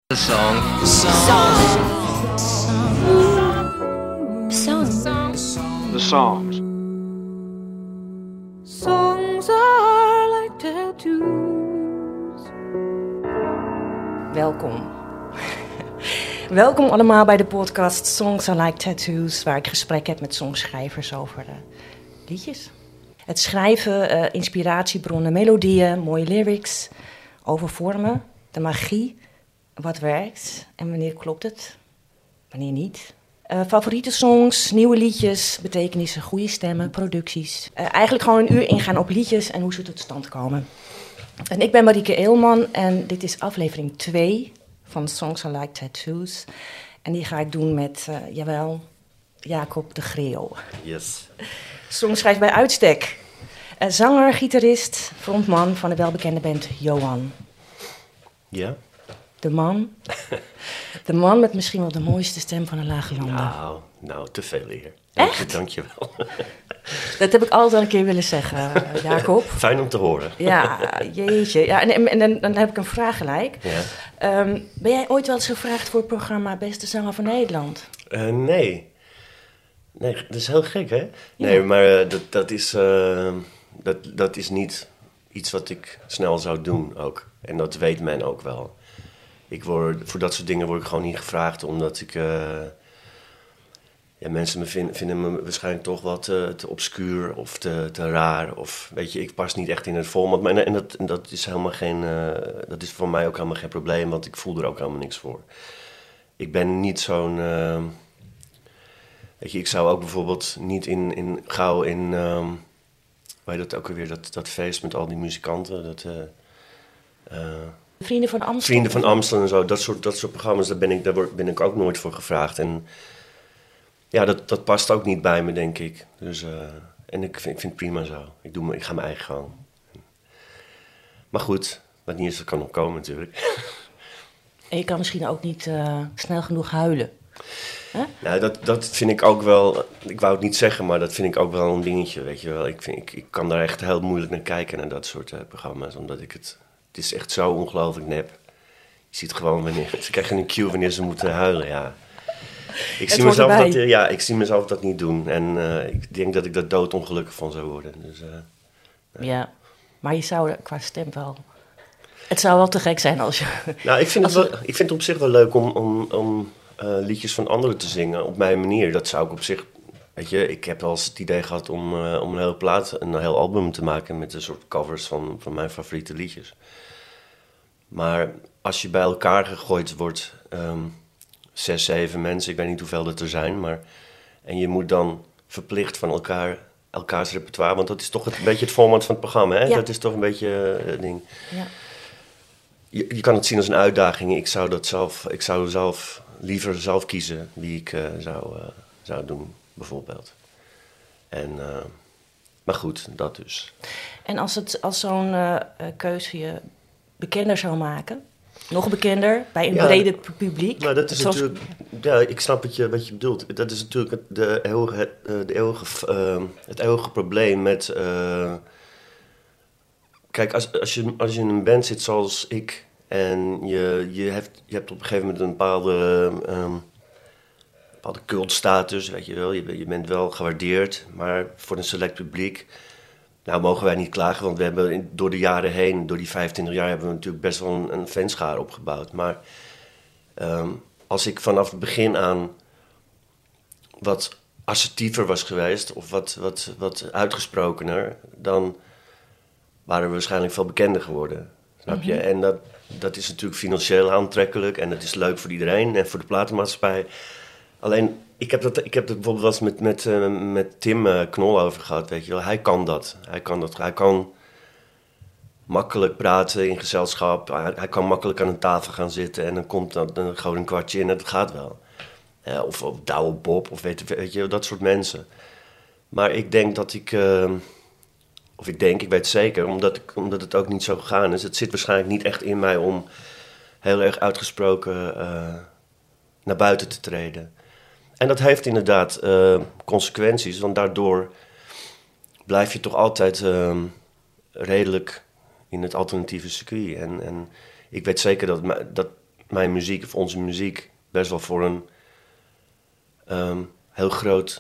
The song. The songs. Songs are like tattoos. Welkom. Welkom allemaal bij de podcast Songs Are Like Tattoos, waar ik gesprek heb met songschrijvers over liedjes. Het schrijven, inspiratiebronnen, melodieën, mooie lyrics, over vormen, de magie, wat werkt en wanneer klopt het, wanneer niet. Favoriete songs, nieuwe liedjes, betekenissen, goede stemmen, producties. Eigenlijk gewoon een uur ingaan op liedjes en hoe ze tot stand komen. En ik ben Marieke Eelman en dit is aflevering 2 van Songs Are Like Tattoos. En die ga ik doen met, Jacob de Greeuw. Yes. Songschrijver bij uitstek. Zanger, gitarist, frontman van de welbekende band Johan. Ja? De man met misschien wel de mooiste stem van de Lage Landen. Nou, te veel hier. Echt? Dank je wel. Dat heb ik altijd al een keer willen zeggen, Jacob. Fijn om te horen. Ja, jeetje. Ja, en dan heb ik een vraag gelijk. Ja. Ben jij ooit wel eens gevraagd voor het programma Beste Zanger van Nederland? Nee. Nee, dat is heel gek, hè? Nee, maar dat is niet iets wat ik snel zou doen ook. En dat weet men ook wel. Voor dat soort dingen word ik gewoon niet gevraagd, omdat ik... mensen vinden me waarschijnlijk toch wat te obscuur of te raar. Of weet je, ik pas niet echt in het format. En dat is helemaal geen... dat is voor mij ook helemaal geen probleem, want ik voel er ook helemaal niks voor. Ik ben niet zo'n... weet je, ik zou ook bijvoorbeeld niet gauw in... hoe heet dat ook alweer? Dat feest met al die muzikanten. Vrienden van Amstel. Vrienden van Amstel en zo. Dat soort programma's, daar ben ik ook nooit voor gevraagd. En ja, dat past ook niet bij me, denk ik. Dus, en ik vind het prima zo. Ik ga mijn eigen gang. Maar goed, wat niet is, dat kan nog komen natuurlijk. En je kan misschien ook niet snel genoeg huilen. Huh? Nou, dat vind ik ook wel... Ik wou het niet zeggen, maar dat vind ik ook wel een dingetje, weet je wel. Ik kan daar echt heel moeilijk naar kijken, naar dat soort programma's. Omdat het is echt zo ongelooflijk nep. Je ziet gewoon wanneer... Ze krijgen een cue wanneer ze moeten huilen, ja. Ik zie mezelf dat niet doen. En ik denk dat ik daar doodongelukkig van zou worden. Dus, nee. Ja, maar je zou qua stem wel... Het zou wel te gek zijn als je... Nou, ik vind het op zich wel leuk om liedjes van anderen te zingen op mijn manier. Dat zou ik op zich... Weet je, ik heb wel eens het idee gehad om een hele plaat, een heel album te maken met een soort covers van mijn favoriete liedjes. Maar als je bij elkaar gegooid wordt, 6, 7 mensen, ik weet niet hoeveel dat er zijn, maar... En je moet dan verplicht van elkaars repertoire, want dat is toch een beetje het format van het programma, hè? Ja. Dat is toch een beetje het ding. Ja. Je kan het zien als een uitdaging. Ik zou zelf liever zelf kiezen wie ik zou doen, bijvoorbeeld. Maar goed, dat dus. En als zo'n keuze je bekender zou maken... Nog bekender, bij een breder publiek... Nou, dat is natuurlijk... Ja, ik snap wat je bedoelt. Dat is natuurlijk het eeuwige probleem met... Kijk, als je in een band zit zoals ik... en je hebt op een gegeven moment een bepaalde cultstatus, weet je wel. Je bent wel gewaardeerd, maar voor een select publiek... Nou, mogen wij niet klagen, want we hebben door de jaren heen... door die 25 jaar hebben we natuurlijk best wel een fanschaar opgebouwd. Maar als ik vanaf het begin aan wat assertiever was geweest... of wat uitgesprokener, dan waren we waarschijnlijk veel bekender geworden. Snap je? En dat is natuurlijk financieel aantrekkelijk... en dat is leuk voor iedereen en voor de platenmaatschappij. Alleen... Ik heb het bijvoorbeeld wel eens met Tim Knol over gehad, weet je wel. Hij kan dat. Hij kan makkelijk praten in gezelschap. Hij kan makkelijk aan een tafel gaan zitten en dan komt dan gewoon een kwartje in en dat gaat wel. Of Douwe Bob, of weet je, dat soort mensen. Maar ik denk dat ik weet zeker, omdat het ook niet zo gegaan is. Het zit waarschijnlijk niet echt in mij om heel erg uitgesproken naar buiten te treden. En dat heeft inderdaad consequenties, want daardoor blijf je toch altijd redelijk in het alternatieve circuit. En ik weet zeker dat mijn muziek of onze muziek best wel voor een heel groot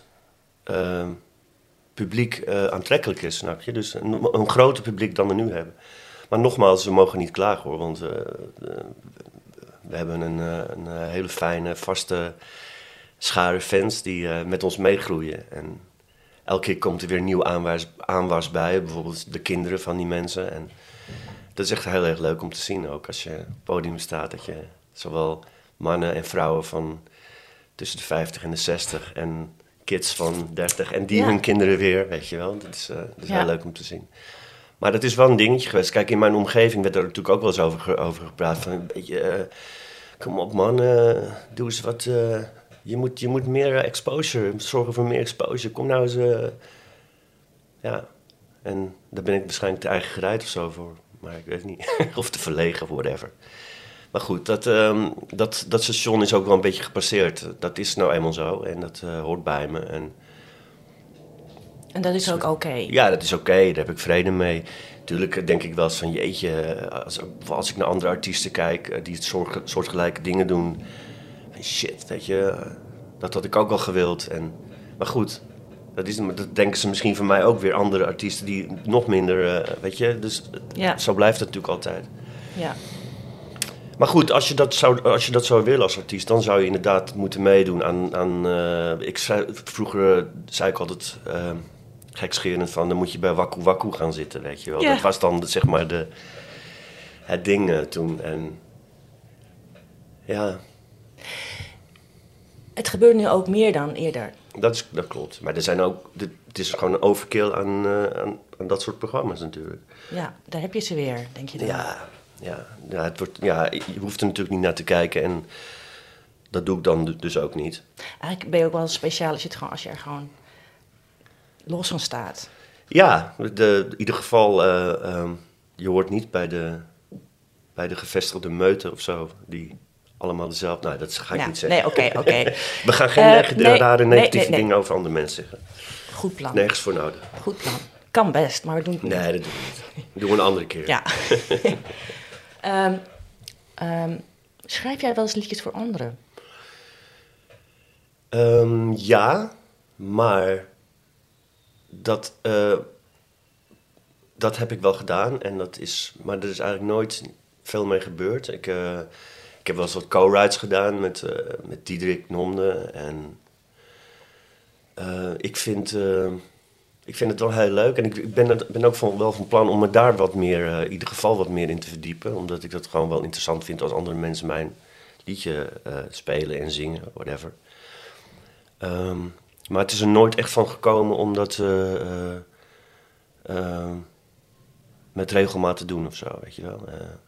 publiek aantrekkelijk is, snap je? Dus een groter publiek dan we nu hebben. Maar nogmaals, we mogen niet klagen hoor, want we hebben een hele fijne, vaste schare fans die met ons meegroeien. En elke keer komt er weer nieuw aanwas bij, bijvoorbeeld de kinderen van die mensen. En dat is echt heel erg leuk om te zien ook, als je op het podium staat, dat je zowel mannen en vrouwen van tussen de 50 en de 60 en kids van 30 en die hun kinderen weer, weet je wel. Dat is heel leuk om te zien. Maar dat is wel een dingetje geweest. Kijk, in mijn omgeving werd er natuurlijk ook wel eens over gepraat. Van een beetje, kom op man, doe eens wat. Je moet meer exposure, zorgen voor meer exposure. Kom nou eens. Ja, en daar ben ik waarschijnlijk te eigen gereid of zo voor. Maar ik weet niet. Of te verlegen of whatever. Maar goed, dat station is ook wel een beetje gepasseerd. Dat is nou eenmaal zo en dat hoort bij me. En dat is ook oké? Ja, dat is oké. Daar heb ik vrede mee. Tuurlijk denk ik wel eens van jeetje, als ik naar andere artiesten kijk die soortgelijke dingen doen. Shit, weet je, dat had ik ook wel gewild. Maar goed, dat denken ze misschien van mij ook weer, andere artiesten die nog minder, weet je. Dus zo blijft het natuurlijk altijd. Ja. Maar goed, als je dat zou willen als artiest, dan zou je inderdaad moeten meedoen aan vroeger zei ik altijd gekscherend van, dan moet je bij Waku Waku gaan zitten, weet je wel. Ja. Dat was dan zeg maar het ding toen. En ja. Het gebeurt nu ook meer dan eerder. Dat klopt. Maar er zijn ook, het is gewoon een overkill aan dat soort programma's natuurlijk. Ja, daar heb je ze weer, denk je dan? Ja, je hoeft er natuurlijk niet naar te kijken en dat doe ik dan dus ook niet. Eigenlijk ben je ook wel speciaal als je er gewoon los van staat. Ja, in ieder geval, je hoort niet bij de gevestigde meuten of zo, die allemaal dezelfde. Nou, dat ga ik niet zeggen. Nee, oké. We gaan geen rare negatieve dingen over andere mensen zeggen. Goed plan. Nergens voor nodig. Goed plan. Kan best, maar we doen het niet. Nee, dat doen we niet. Dat doen we een andere keer. Ja. Schrijf jij wel eens liedjes voor anderen? Ja, maar dat heb ik wel gedaan. Maar er is eigenlijk nooit veel mee gebeurd. Ik heb wel eens wat co-writes gedaan met Diederik Nomde. En ik vind het wel heel leuk. En ik ben ook wel van plan om me daar wat meer, in ieder geval wat meer in te verdiepen. Omdat ik dat gewoon wel interessant vind als andere mensen mijn liedje spelen en zingen, whatever. Maar het is er nooit echt van gekomen om dat met regelmaat te doen of zo, weet je wel.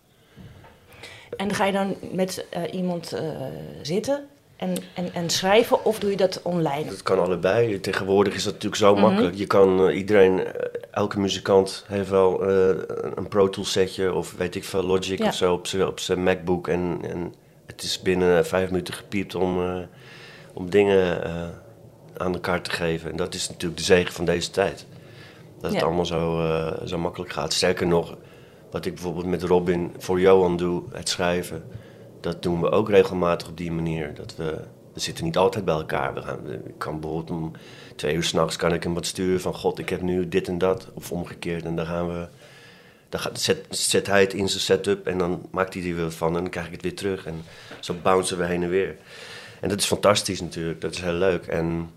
En ga je dan met iemand zitten en schrijven, of doe je dat online? Dat kan allebei. Tegenwoordig is dat natuurlijk zo makkelijk. Je kan elke muzikant heeft wel een Pro Tools setje of weet ik veel, Logic of zo op zijn MacBook. En het is binnen 5 minuten gepiept om dingen aan elkaar te geven. En dat is natuurlijk de zegen van deze tijd. Dat het allemaal zo makkelijk gaat. Sterker nog, wat ik bijvoorbeeld met Robin voor Johan doe, het schrijven, dat doen we ook regelmatig op die manier. We zitten niet altijd bij elkaar. Ik kan bijvoorbeeld om 2 uur 's nachts kan ik hem wat sturen van God, ik heb nu dit en dat. Of omgekeerd. En dan zet hij het in zijn setup en dan maakt hij er weer van en dan krijg ik het weer terug. En zo bouncen we heen en weer. En dat is fantastisch natuurlijk. Dat is heel leuk. En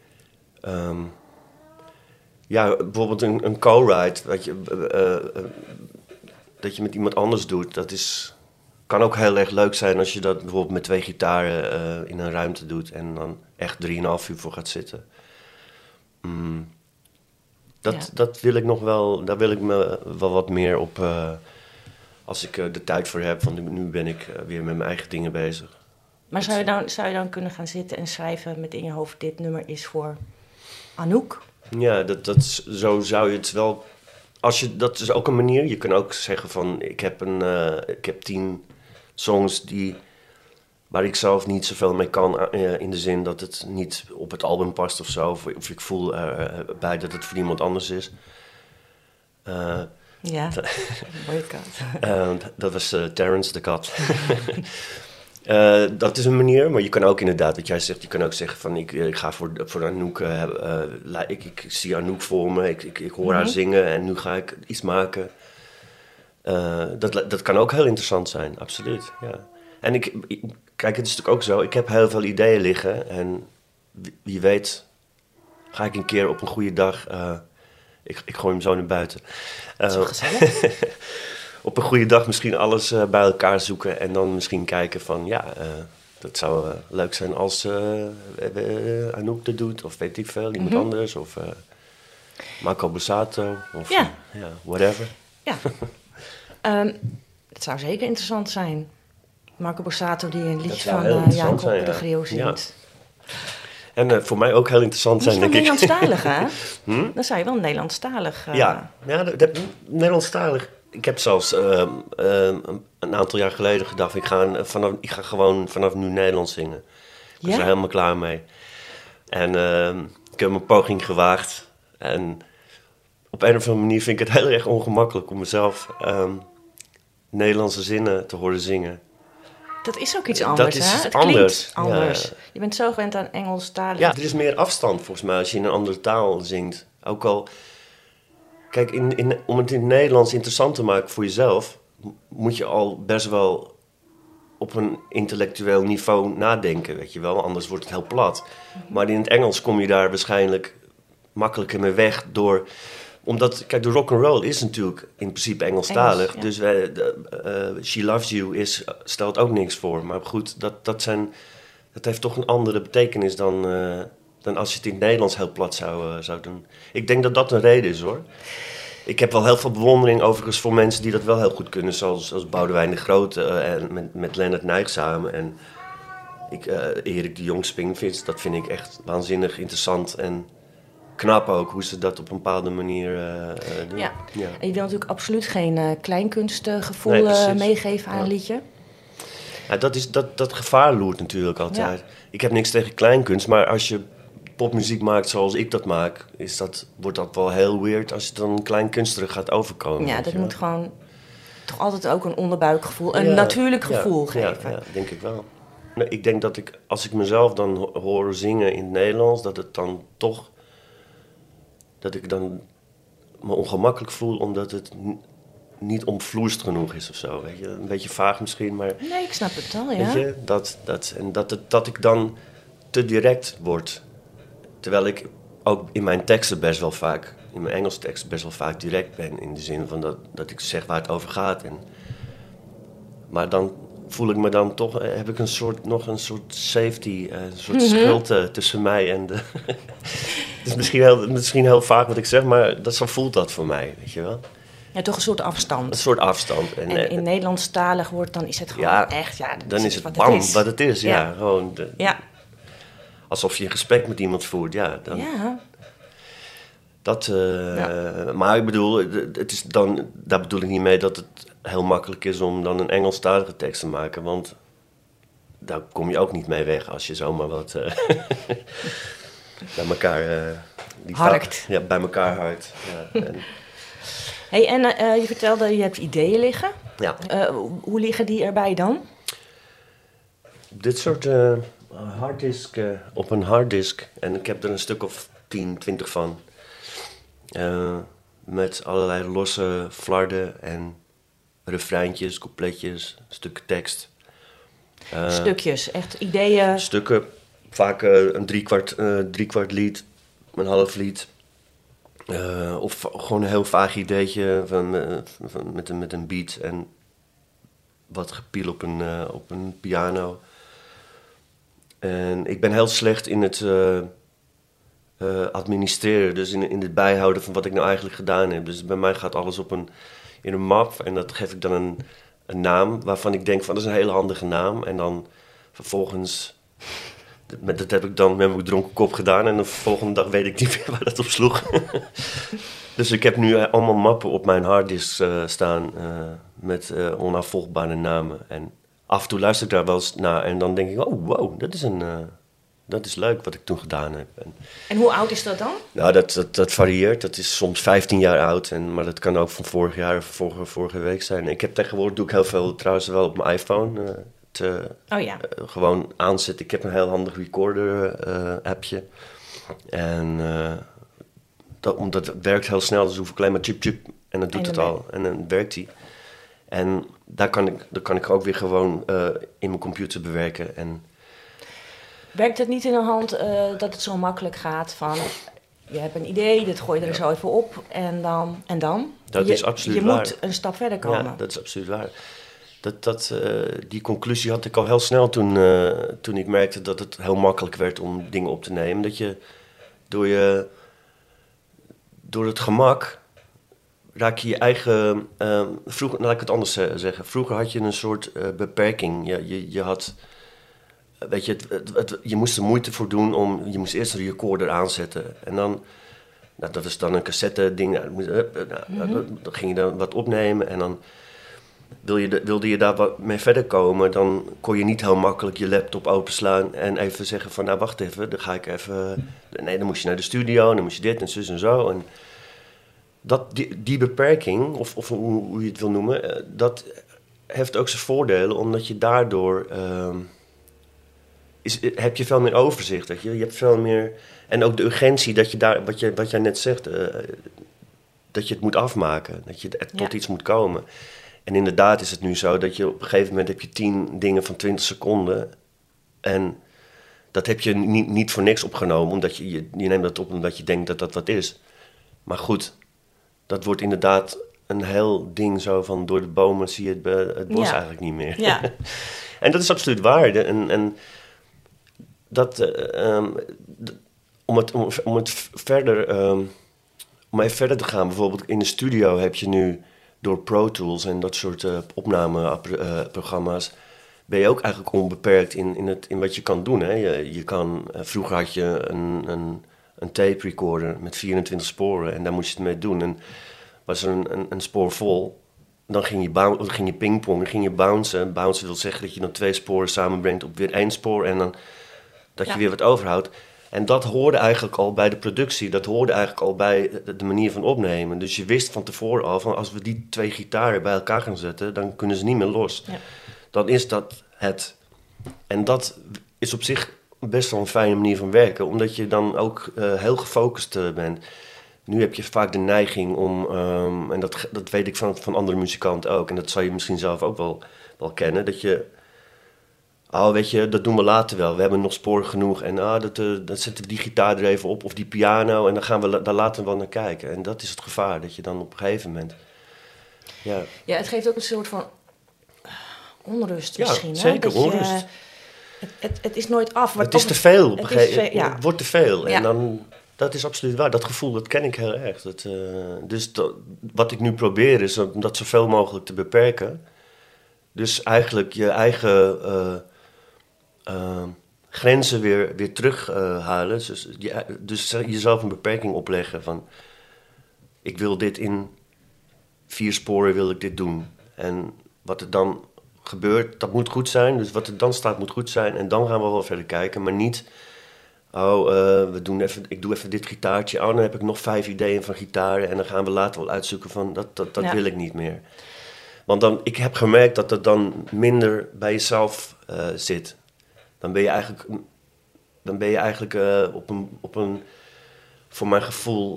bijvoorbeeld een co-write, dat je met iemand anders doet, kan ook heel erg leuk zijn als je dat bijvoorbeeld met 2 gitaren in een ruimte doet en dan echt 3,5 uur voor gaat zitten. Dat wil ik nog wel, daar wil ik me wel wat meer op, als ik de tijd voor heb, want nu ben ik weer met mijn eigen dingen bezig. Maar zou je dan kunnen gaan zitten en schrijven met in je hoofd, dit nummer is voor Anouk? Ja, zo zou je het wel. Dat is ook een manier. Je kan ook zeggen van, ik heb 10 songs waar ik zelf niet zoveel mee kan, in de zin dat het niet op het album past of zo. Of ik voel bij dat het voor iemand anders is. Mooie kat. Dat was Terrence de kat. Dat is een manier, maar je kan ook inderdaad, wat jij zegt, je kan ook zeggen van ik ga voor Anouk, ik zie Anouk voor me, ik hoor haar zingen en nu ga ik iets maken. Dat kan ook heel interessant zijn, absoluut. Ja. En kijk, het is natuurlijk ook zo, ik heb heel veel ideeën liggen en wie weet ga ik een keer op een goede dag, ik gooi hem zo naar buiten. Zo gezellig. Op een goede dag misschien alles bij elkaar zoeken en dan misschien kijken van dat zou leuk zijn als Anouk dat doet of weet ik veel, iemand anders of Marco Borsato of whatever. Ja, het zou zeker interessant zijn. Marco Borsato die een liedje van Jacob de Greeuw zingt. Ja. En voor mij ook heel interessant zijn, denk ik. Nederlandstalig, hè? Dan zou je wel Nederlandstalig... Nederlandstalig. Ik heb zelfs een aantal jaar geleden gedacht, ik ga gewoon vanaf nu Nederlands zingen. Ik was er helemaal klaar mee. En ik heb een poging gewaagd. En op een of andere manier vind ik het heel erg ongemakkelijk om mezelf Nederlandse zinnen te horen zingen. Dat is ook iets anders, hè? Het klinkt anders. Ja. Je bent zo gewend aan Engels taal. Ja, er is meer afstand volgens mij als je in een andere taal zingt. Ook al... Kijk, om het in het Nederlands interessant te maken voor jezelf... moet je al best wel op een intellectueel niveau nadenken, weet je wel. Anders wordt het heel plat. Maar in het Engels kom je daar waarschijnlijk makkelijker mee weg door... Omdat, kijk, de rock'n'roll is natuurlijk in principe Engelstalig. Engels, ja. Dus She Loves You stelt ook niks voor. Maar goed, dat heeft toch een andere betekenis dan als je het in het Nederlands heel plat zou doen. Ik denk dat dat een reden is, hoor. Ik heb wel heel veel bewondering overigens voor mensen die dat wel heel goed kunnen. Zoals Boudewijn de Grote en met Lennart Nijg samen. En Erik de Jong Springvis, dat vind ik echt waanzinnig interessant en... knap ook, hoe ze dat op een bepaalde manier doen. Ja. En je wil natuurlijk absoluut geen kleinkunstgevoel meegeven aan een liedje. Ja, dat gevaar loert natuurlijk altijd. Ja. Ik heb niks tegen kleinkunst, maar als je popmuziek maakt zoals ik dat maak... wordt dat wel heel weird als je dan kleinkunsterig gaat overkomen. Ja, dat moet gewoon toch altijd ook een onderbuikgevoel, een natuurlijk gevoel geven. Ja, denk ik wel. Nee, ik denk dat als ik mezelf dan hoor zingen in het Nederlands... dat het dan toch... dat ik dan me ongemakkelijk voel omdat het niet omvloerst genoeg is of zo. Weet je? Een beetje vaag misschien, maar... Nee, ik snap het al, ja. Weet je, dat ik dan te direct word. Terwijl ik ook in mijn teksten best wel vaak... in mijn Engelse teksten best wel vaak direct ben. In de zin van dat ik zeg waar het over gaat. Maar dan voel ik me dan toch... heb ik nog een soort safety, een soort schild tussen mij en de... Het is misschien heel vaak wat ik zeg, maar zo voelt dat voor mij, weet je wel. Ja, toch een soort afstand. Een soort afstand. En in Nederlandstalig wordt dan is het gewoon echt... Ja, dan is het wat het is. Ja. Ja, gewoon alsof je een gesprek met iemand voert, ja. Dan, ja. Maar ik bedoel, het is dan, daar bedoel ik niet mee dat het heel makkelijk is om dan een Engelstalige tekst te maken, want daar kom je ook niet mee weg als je zomaar wat... bij elkaar... harkt. Ja, bij elkaar harkt. Ja, Hey, en je vertelde, je hebt ideeën liggen. Ja. Hoe liggen die erbij dan? Dit soort harddisk, op een harddisk. En ik heb er een stuk of 10, 20 van. Met allerlei losse flarden en refreintjes, coupletjes, stukken tekst. Stukjes, echt ideeën. Stukken. Vaak een driekwart lied, een half lied. Of gewoon een heel vaag ideetje met een beat en wat gepiel op een piano. En ik ben heel slecht in het administreren, dus in het bijhouden van wat ik nou eigenlijk gedaan heb. Dus bij mij gaat alles in een map en dat geef ik dan een naam waarvan ik denk van dat is een hele handige naam. En dan vervolgens... Dat heb ik dan met mijn dronken kop gedaan en de volgende dag weet ik niet meer waar dat op sloeg. Dus ik heb nu allemaal mappen op mijn harddisk staan met onafvolgbare namen. En af en toe luister ik daar wel eens naar en dan denk ik, oh wow, dat is leuk wat ik toen gedaan heb. En hoe oud is dat dan? Nou, dat varieert. Dat is soms 15 jaar oud, maar dat kan ook van vorig jaar of vorige week zijn. Ik heb tegenwoordig, doe ik heel veel trouwens wel op mijn iPhone. gewoon aanzetten. Ik heb een heel handig recorder appje. En omdat het werkt heel snel, dus hoef ik alleen maar chip en dan doet het al. En dan werkt hij. En daar kan ik ook weer gewoon in mijn computer bewerken. En werkt het niet in de hand dat het zo makkelijk gaat van... Je hebt een idee, dit gooi je er zo even op en dan? Dat is absoluut waar. Je moet een stap verder komen. Ja, dat is absoluut waar. Die conclusie had ik al heel snel toen ik merkte dat het heel makkelijk werd om dingen op te nemen. Dat je door het gemak raak je eigen... vroeger, laat ik het anders zeggen. Vroeger had je een soort beperking. Je had... Weet je, je moest er moeite voor doen je moest eerst een recorder aanzetten. En dan, dat is dan een cassette ding. Dan ging je dan wat opnemen en dan wilde je daar wat mee verder komen. Dan kon je niet heel makkelijk je laptop openslaan en even zeggen van, nou wacht even, dan ga ik even... Nee, dan moest je naar de studio, dan moest je dit en zus en zo. En die beperking, of hoe je het wil noemen, dat heeft ook zijn voordelen, omdat je daardoor... heb je veel meer overzicht, weet je? Je hebt veel meer... En ook de urgentie dat je daar... Wat jij net zegt... dat je het moet afmaken. Dat je tot iets moet komen. En inderdaad is het nu zo dat je op een gegeven moment... heb je 10 dingen van 20 seconden. En dat heb je niet voor niks opgenomen. Omdat je neemt dat op omdat je denkt dat dat wat is. Maar goed, dat wordt inderdaad een heel ding zo van... door de bomen zie je het bos eigenlijk niet meer. Ja. En dat is absoluut waar. En om even verder te gaan, bijvoorbeeld in de studio heb je nu door Pro Tools en dat soort opnameprogramma's, ben je ook eigenlijk onbeperkt in wat je kan doen. Hè? Je kan, vroeger had je een tape recorder met 24 sporen en daar moest je het mee doen. En was er een spoor vol, dan ging je pingpongen, dan ging je bouncen. Bouncen wil zeggen dat je dan 2 sporen samenbrengt op weer 1 spoor en dan... Dat je weer wat overhoudt. En dat hoorde eigenlijk al bij de productie. Dat hoorde eigenlijk al bij de manier van opnemen. Dus je wist van tevoren al van als we die 2 gitaren bij elkaar gaan zetten, dan kunnen ze niet meer los. Ja. Dan is dat het. En dat is op zich best wel een fijne manier van werken. Omdat je dan ook heel gefocust bent. Nu heb je vaak de neiging om... en dat weet ik van andere muzikanten ook. En dat zal je misschien zelf ook wel kennen. Dat je... weet je, dat doen we later wel. We hebben nog sporen genoeg. En dan zetten we die gitaar er even op. Of die piano. En dan gaan we daar later wel naar kijken. En dat is het gevaar. Dat je dan op een gegeven moment... Ja, het geeft ook een soort van onrust misschien. Ja, zeker hè? onrust. Het is nooit af. Het is te veel. Het wordt te veel. Ja. En dan... Dat is absoluut waar. Dat gevoel, dat ken ik heel erg. Wat ik nu probeer is om dat zoveel mogelijk te beperken. Dus eigenlijk je eigen... grenzen weer terughalen. Dus jezelf een beperking opleggen van... ik wil dit in 4 sporen wil ik dit doen. En wat er dan gebeurt, dat moet goed zijn. Dus wat er dan staat moet goed zijn. En dan gaan we wel verder kijken. Maar niet... ik doe even dit gitaartje. Dan heb ik nog 5 ideeën van gitaren. En dan gaan we later wel uitzoeken van... dat wil ik niet meer. Want ik heb gemerkt dat het dan minder bij jezelf zit. Dan ben je eigenlijk op een voor mijn gevoel...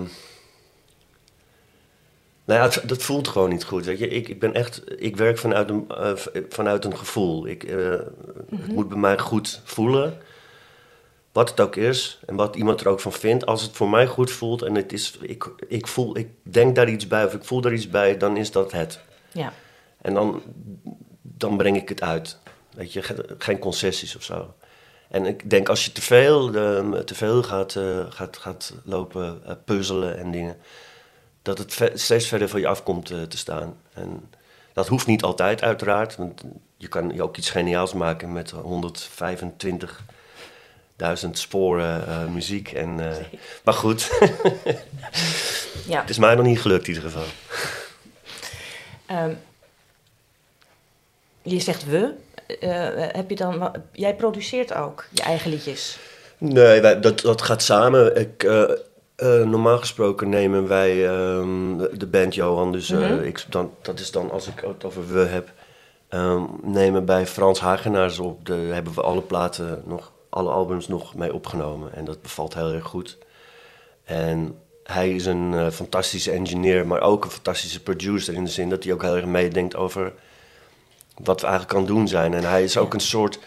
dat voelt gewoon niet goed. Weet je? Ik werk vanuit een gevoel. Het moet bij mij goed voelen. Wat het ook is en wat iemand er ook van vindt. Als het voor mij goed voelt en het is, ik denk daar iets bij of ik voel daar iets bij, dan is dat het. Ja. En dan breng ik het uit. Weet je, geen concessies of zo. En ik denk als je te veel gaat lopen puzzelen en dingen, dat het steeds verder van je afkomt te staan. En dat hoeft niet altijd uiteraard, want je kan ook iets geniaals maken met 125.000 sporen muziek. Maar goed, ja. Het is mij nog niet gelukt in ieder geval. Je zegt we. Heb je dan? Jij produceert ook je eigen liedjes? Nee, dat gaat samen. Normaal gesproken nemen wij de band Johan. Dus dat is dan, als ik het over we heb, nemen bij Frans Hagenaars op. Daar hebben we alle albums nog mee opgenomen. En dat bevalt heel erg goed. En hij is een fantastische engineer, maar ook een fantastische producer. In de zin dat hij ook heel erg meedenkt over wat we eigenlijk kan doen zijn. En hij is ook een soort...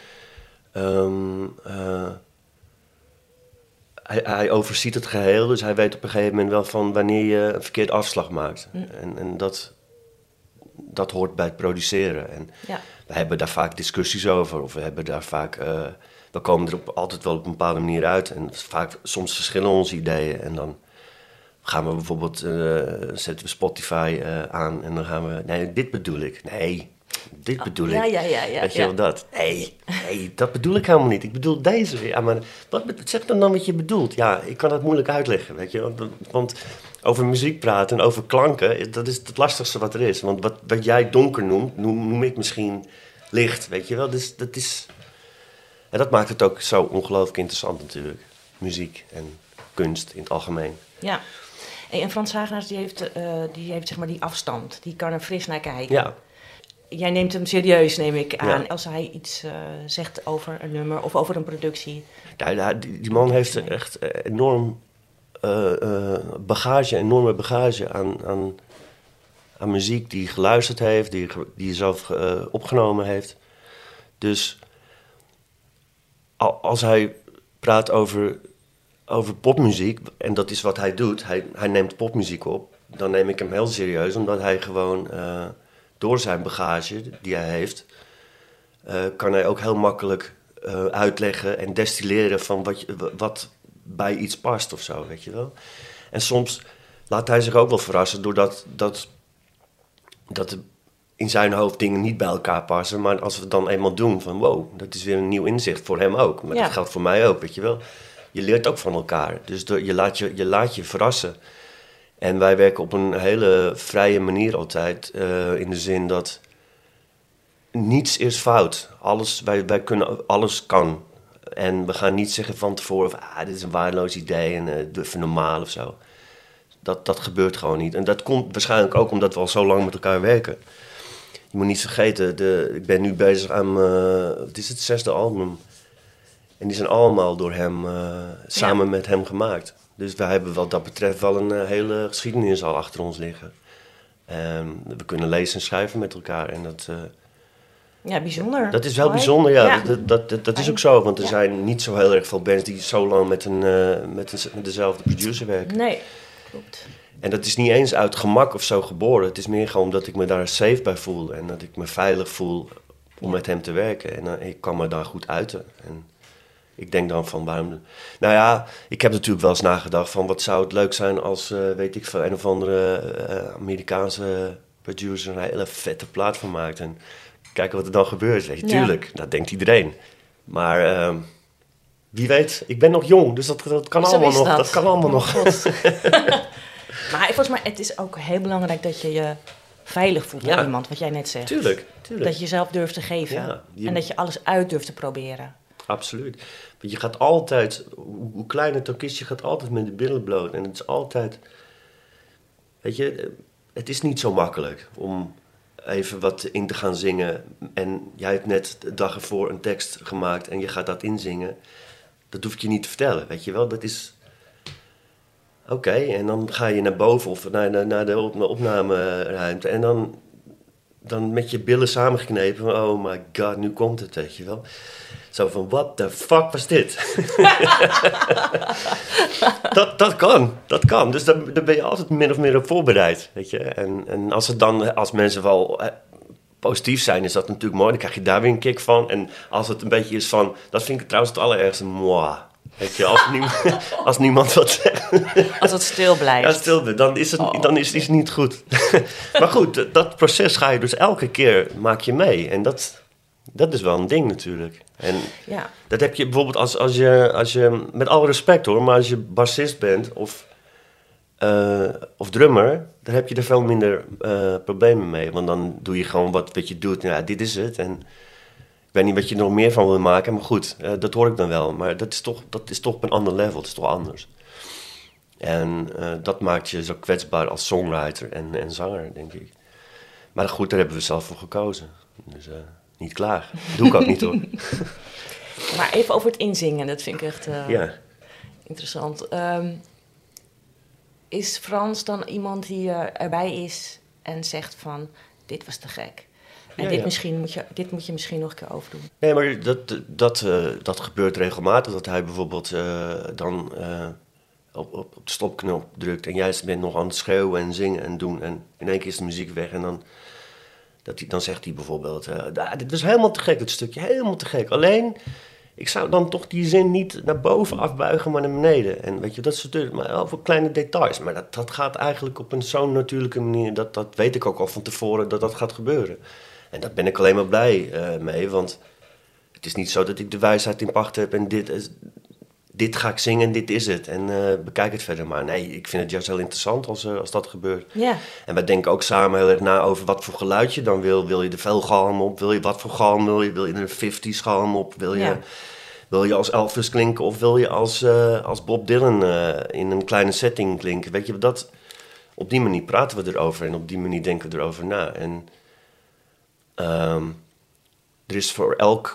Hij overziet het geheel, dus hij weet op een gegeven moment wel van wanneer je een verkeerde afslag maakt. En dat hoort bij het produceren. En we hebben daar vaak discussies over, of we hebben daar vaak... we komen er altijd wel op een bepaalde manier uit. En soms verschillen onze ideeën. En dan gaan we bijvoorbeeld... zetten we Spotify aan en dan gaan we... Nee, dit bedoel ik. Nee, dit bedoel ik. Ja. Weet je wel dat? Nee, dat bedoel ik helemaal niet. Ik bedoel deze. Ja, maar zeg dan wat je bedoelt. Ja, ik kan dat moeilijk uitleggen, weet je. Want over muziek praten en over klanken, dat is het lastigste wat er is. Want wat jij donker noemt, noem ik misschien licht, weet je wel. Dus dat is... En dat maakt het ook zo ongelooflijk interessant natuurlijk. Muziek en kunst in het algemeen. Ja. En Frans Hagenaars die heeft zeg maar die afstand. Die kan er fris naar kijken. Ja. Jij neemt hem serieus, neem ik aan. Ja. Als hij iets zegt over een nummer of over een productie. Ja, die man heeft echt enorme bagage aan muziek die hij geluisterd heeft, die hij zelf opgenomen heeft. Dus als hij praat over popmuziek, en dat is wat hij doet, hij neemt popmuziek op, dan neem ik hem heel serieus, omdat hij gewoon door zijn bagage die hij heeft, kan hij ook heel makkelijk uitleggen en destilleren van wat bij iets past of zo, weet je wel. En soms laat hij zich ook wel verrassen doordat er in zijn hoofd dingen niet bij elkaar passen. Maar als we het dan eenmaal doen van wow, dat is weer een nieuw inzicht voor hem ook. Maar dat geldt voor mij ook, weet je wel. Je leert ook van elkaar. Dus je laat je verrassen. En wij werken op een hele vrije manier altijd. In de zin dat niets is fout. Wij kunnen, alles kan. En we gaan niet zeggen van tevoren, dit is een waardeloos idee en doe even normaal of zo. Dat gebeurt gewoon niet. En dat komt waarschijnlijk ook omdat we al zo lang met elkaar werken. Je moet niet vergeten, ik ben nu bezig aan, het is het 6e album. En die zijn allemaal door hem, samen met hem gemaakt. Dus wij hebben wat dat betreft wel een hele geschiedenis al achter ons liggen. We kunnen lezen en schrijven met elkaar en dat... Ja, bijzonder. Dat is wel bijzonder, ja. Dat is ook zo, want er zijn niet zo heel erg veel bands die zo lang met dezelfde producer werken. Nee, klopt. En dat is niet eens uit gemak of zo geboren. Het is meer gewoon omdat ik me daar safe bij voel en dat ik me veilig voel om met hem te werken. En ik kan me daar goed uiten. En ik denk dan van waarom... Nou ja, ik heb natuurlijk wel eens nagedacht van wat zou het leuk zijn als, weet ik veel, een of andere Amerikaanse producer een hele vette plaat van maakt. En kijken wat er dan gebeurt, weet je. Tuurlijk, dat denkt iedereen. Maar wie weet, ik ben nog jong, dus dat kan allemaal nog. Dat kan allemaal nog. Maar volgens mij, het is ook heel belangrijk dat je je veilig voelt bij iemand, wat jij net zegt. Tuurlijk. Dat je jezelf durft te geven. Ja, en dat je alles uit durft te proberen. Absoluut. Want je gaat altijd, hoe klein het ook is, je gaat altijd met de billen bloot. En het is altijd, weet je, het is niet zo makkelijk om even wat in te gaan zingen. En jij hebt net de dag ervoor een tekst gemaakt en je gaat dat inzingen. Dat hoef ik je niet te vertellen, weet je wel. Dat is... Oké, en dan ga je naar boven of naar de opnameruimte. En dan met je billen samengeknepen. Oh my god, nu komt het, weet je wel. Zo van, what the fuck was dit? dat kan. Dus daar ben je altijd min of meer op voorbereid, weet je. En als mensen wel positief zijn, is dat natuurlijk mooi. Dan krijg je daar weer een kick van. En als het een beetje is van, dat vind ik trouwens het allerergste, moi. Weet je, als niemand wat zegt. Als het stil blijft. Ja, stil blijft, dan is het niet goed. Maar goed, dat proces ga je dus elke keer, maak je mee. En dat is wel een ding natuurlijk. En dat heb je bijvoorbeeld als je, met alle respect hoor, maar als je bassist bent of drummer, dan heb je er veel minder problemen mee. Want dan doe je gewoon wat je doet. Ja, dit is het. En ik weet niet wat je er nog meer van wil maken, maar goed, dat hoor ik dan wel. Maar dat is toch op een ander level, het is toch anders. En dat maakt je zo kwetsbaar als songwriter en zanger, denk ik. Maar goed, daar hebben we zelf voor gekozen. Dus niet klaar. Doe ik ook niet hoor. Maar even over het inzingen, dat vind ik echt Ja. interessant. Is Frans dan iemand die erbij is en zegt van, dit was te gek? En dit moet je misschien nog een keer overdoen. Nee, maar dat gebeurt regelmatig. Dat hij bijvoorbeeld dan op de stopknop drukt en jij bent nog aan het schreeuwen en zingen en doen. En in één keer is de muziek weg en dan zegt hij bijvoorbeeld, dit was helemaal te gek, het stukje, helemaal te gek. Alleen, ik zou dan toch die zin niet naar boven afbuigen, maar naar beneden. En weet je, dat soort maar over kleine details. Maar dat gaat eigenlijk op zo'n natuurlijke manier, dat weet ik ook al van tevoren dat gaat gebeuren. En daar ben ik alleen maar blij mee, want het is niet zo dat ik de wijsheid in pacht heb en dit ga ik zingen en dit is het. En bekijk het verder maar. Nee, ik vind het juist heel interessant als dat gebeurt. Ja. En wij denken ook samen heel erg na over wat voor geluid je dan wil. Wil je er veel galm op? Wat voor galm wil je? Wil je er een 50's galm op? Wil je als Elvis klinken of wil je als Bob Dylan in een kleine setting klinken? Weet je, op die manier praten we erover en op die manier denken we erover na. En er is voor elk...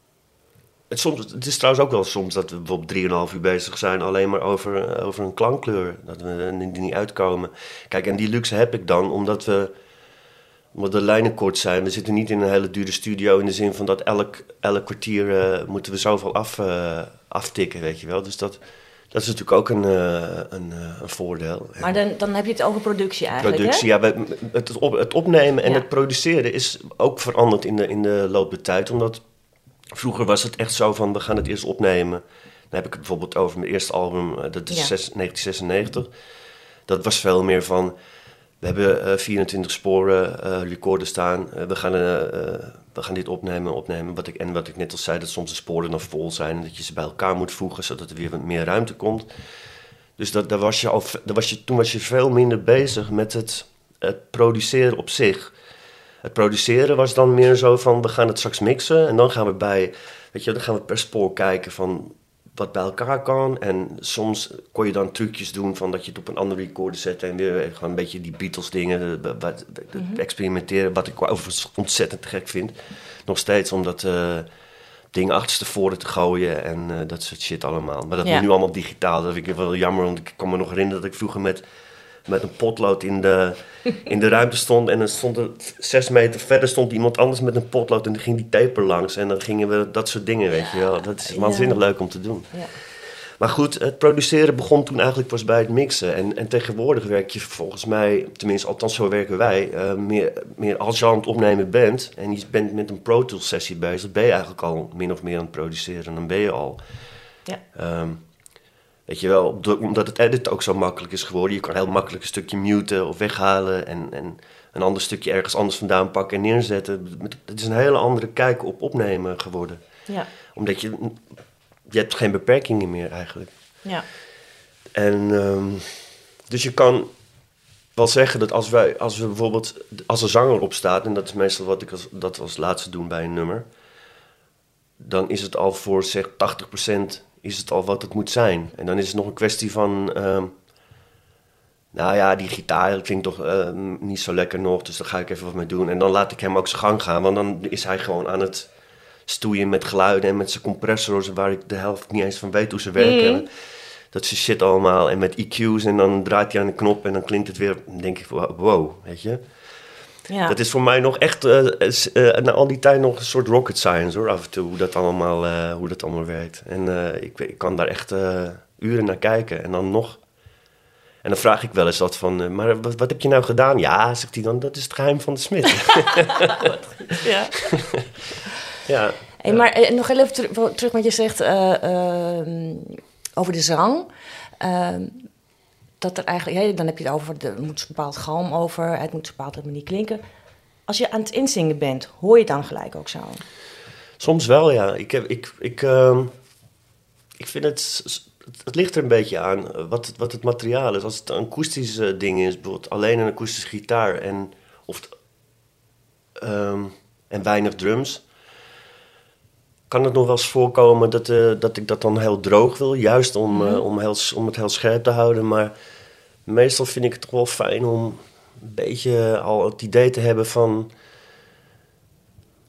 Het is trouwens ook wel soms dat we bijvoorbeeld 3,5 uur bezig zijn alleen maar over een klankkleur. Dat we er niet uitkomen. Kijk, en die luxe heb ik dan omdat de lijnen kort zijn. We zitten niet in een hele dure studio in de zin van dat elk kwartier moeten we zoveel aftikken, weet je wel. Dus dat is natuurlijk ook een voordeel. Maar dan heb je het over productie eigenlijk, productie, hè? ja. Het opnemen en het produceren is ook veranderd in de loop der tijd. Omdat vroeger was het echt zo van, we gaan het eerst opnemen. Dan heb ik het bijvoorbeeld over mijn eerste album, dat is 1996. Dat was veel meer van, we hebben 24 sporen recorder staan. We gaan dit opnemen. Wat ik net al zei, dat soms de sporen dan vol zijn. En dat je ze bij elkaar moet voegen, zodat er weer wat meer ruimte komt. Dus toen was je veel minder bezig met het produceren op zich. Het produceren was dan meer zo van, we gaan het straks mixen. En dan gaan we per spoor kijken van wat bij elkaar kan. En soms kon je dan trucjes doen van dat je het op een andere recorder zette. En weer gewoon een beetje die Beatles dingen, experimenteren. Wat ik overigens ontzettend gek vind. Nog steeds om dat dingen achterstevoren te gooien en dat soort shit allemaal. Maar dat is nu allemaal digitaal. Dat vind ik wel jammer, want ik kan me nog herinneren dat ik vroeger met een potlood in de ruimte stond. En dan stond er 6 meter verder stond iemand anders met een potlood. En dan ging die taper langs. En dan gingen we dat soort dingen, weet je wel. Dat is waanzinnig leuk om te doen. Ja. Maar goed, het produceren begon toen eigenlijk pas bij het mixen. En tegenwoordig werk je volgens mij, tenminste althans zo werken wij, meer als je aan het opnemen bent. En je bent met een Pro Tools sessie bezig. Ben je eigenlijk al min of meer aan het produceren. En dan ben je al... Ja. Weet je wel, omdat het editen ook zo makkelijk is geworden. Je kan heel makkelijk een stukje muten of weghalen en een ander stukje ergens anders vandaan pakken en neerzetten. Het is een hele andere kijk op opnemen geworden. Ja. Omdat je hebt geen beperkingen meer eigenlijk. Ja. En dus je kan wel zeggen dat als we bijvoorbeeld, als een zanger opstaat, en dat is meestal wat ik als laatste doen bij een nummer, dan is het al voor zeg 80% is het al wat het moet zijn. En dan is het nog een kwestie van... die gitaar klinkt toch niet zo lekker nog, dus daar ga ik even wat mee doen. En dan laat ik hem ook zijn gang gaan, want dan is hij gewoon aan het stoeien met geluiden en met zijn compressors, waar ik de helft niet eens van weet hoe ze werken. Dat is shit allemaal. En met EQ's en dan draait hij aan de knop en dan klinkt het weer, dan denk ik, wow, weet je. Ja. Dat is voor mij nog echt, na al die tijd nog een soort rocket science hoor, af en toe, hoe dat allemaal werkt. En ik kan daar echt uren naar kijken en dan nog. En dan vraag ik wel eens wat van, maar wat heb je nou gedaan? Ja, zegt hij dan, dat is het geheim van de smid. Ja. Ja. Hey, maar nog even terug wat je zegt over de zang. Dat er eigenlijk, dan heb je het over, er moet een bepaald galm over, het moet op een bepaalde manier klinken. Als je aan het inzingen bent, hoor je het dan gelijk ook zo? Soms wel, ja. Ik vind het ligt er een beetje aan wat het materiaal is. Als het een akoestisch ding is, bijvoorbeeld alleen een akoestische gitaar en weinig drums, kan het nog wel eens voorkomen dat ik dat dan heel droog wil. Juist om het heel scherp te houden. Maar meestal vind ik het toch wel fijn om een beetje al het idee te hebben van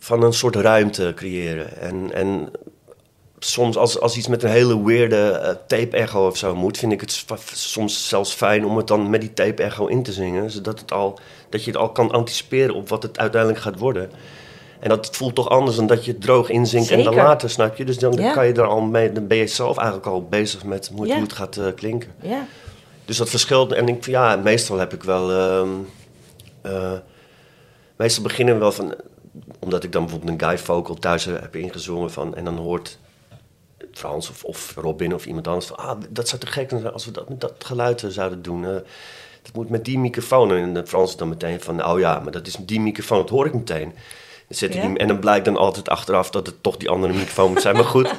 van een soort ruimte creëren. En soms als iets met een hele weirde tape-echo of zo moet, vind ik het soms zelfs fijn om het dan met die tape-echo in te zingen. Zodat dat je het al kan anticiperen op wat het uiteindelijk gaat worden. En dat voelt toch anders dan dat je het droog inzingt en dan later, snap je? Dus dan kan je er al mee, dan ben je zelf eigenlijk al bezig met hoe het gaat klinken. Ja. Dus dat verschilt. En ik, meestal heb ik wel... meestal beginnen we wel van... Omdat ik dan bijvoorbeeld een guide vocal thuis heb ingezongen van... En dan hoort Frans of Robin of iemand anders van... dat zou te gek zijn als we dat met dat geluid zouden doen. Dat moet met die microfoon. En de Frans dan meteen van... maar dat is die microfoon, dat hoor ik meteen. En dan blijkt dan altijd achteraf dat het toch die andere microfoon moet zijn. Maar goed.